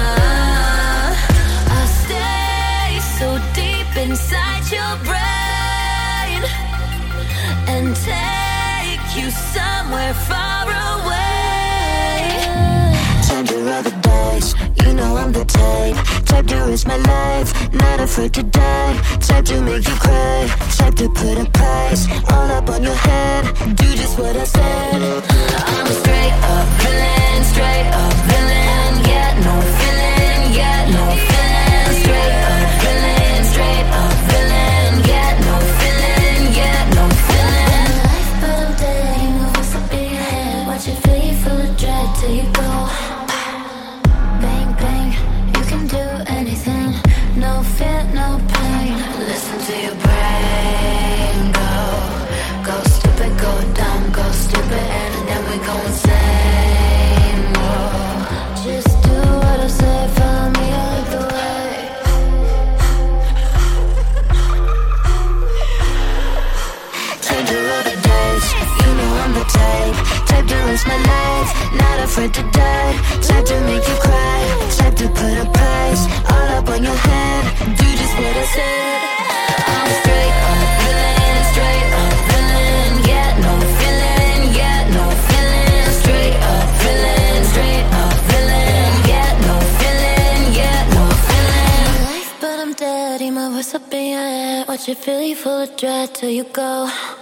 I stay so deep inside your brain and take you somewhere far away. Time to roll the dice, you know I'm the type to risk my life, not afraid to die. Type to make you cry, type to put a price all up on your head. Do just what I said. I'm a straight up villain, yeah, no feeling, yeah, no feeling. Straight up villain, yeah, no feeling, yeah, no feeling. But I'm dead, you know what's up in your head. Watch it fill you full of dread till you go. Bang, bang, you can do anything. No fear, no pain. Listen to your brain go. Go stupid, go dumb, go stupid, and then we go insane. Whoa. Just do what I say, follow me, I like the way. Time to roll the dice, you know I'm the type to risk my life, not afraid to die. Type to make you cry, type to put a price all up on your head. Do just what I said. I'm a straight up villain, yeah, no feeling, yeah, no feeling. Straight up villain, yeah, no feeling, yeah, no feeling. Life, but I'm dead, hear my voice up in your head. Watch it fill you full of dread till you go.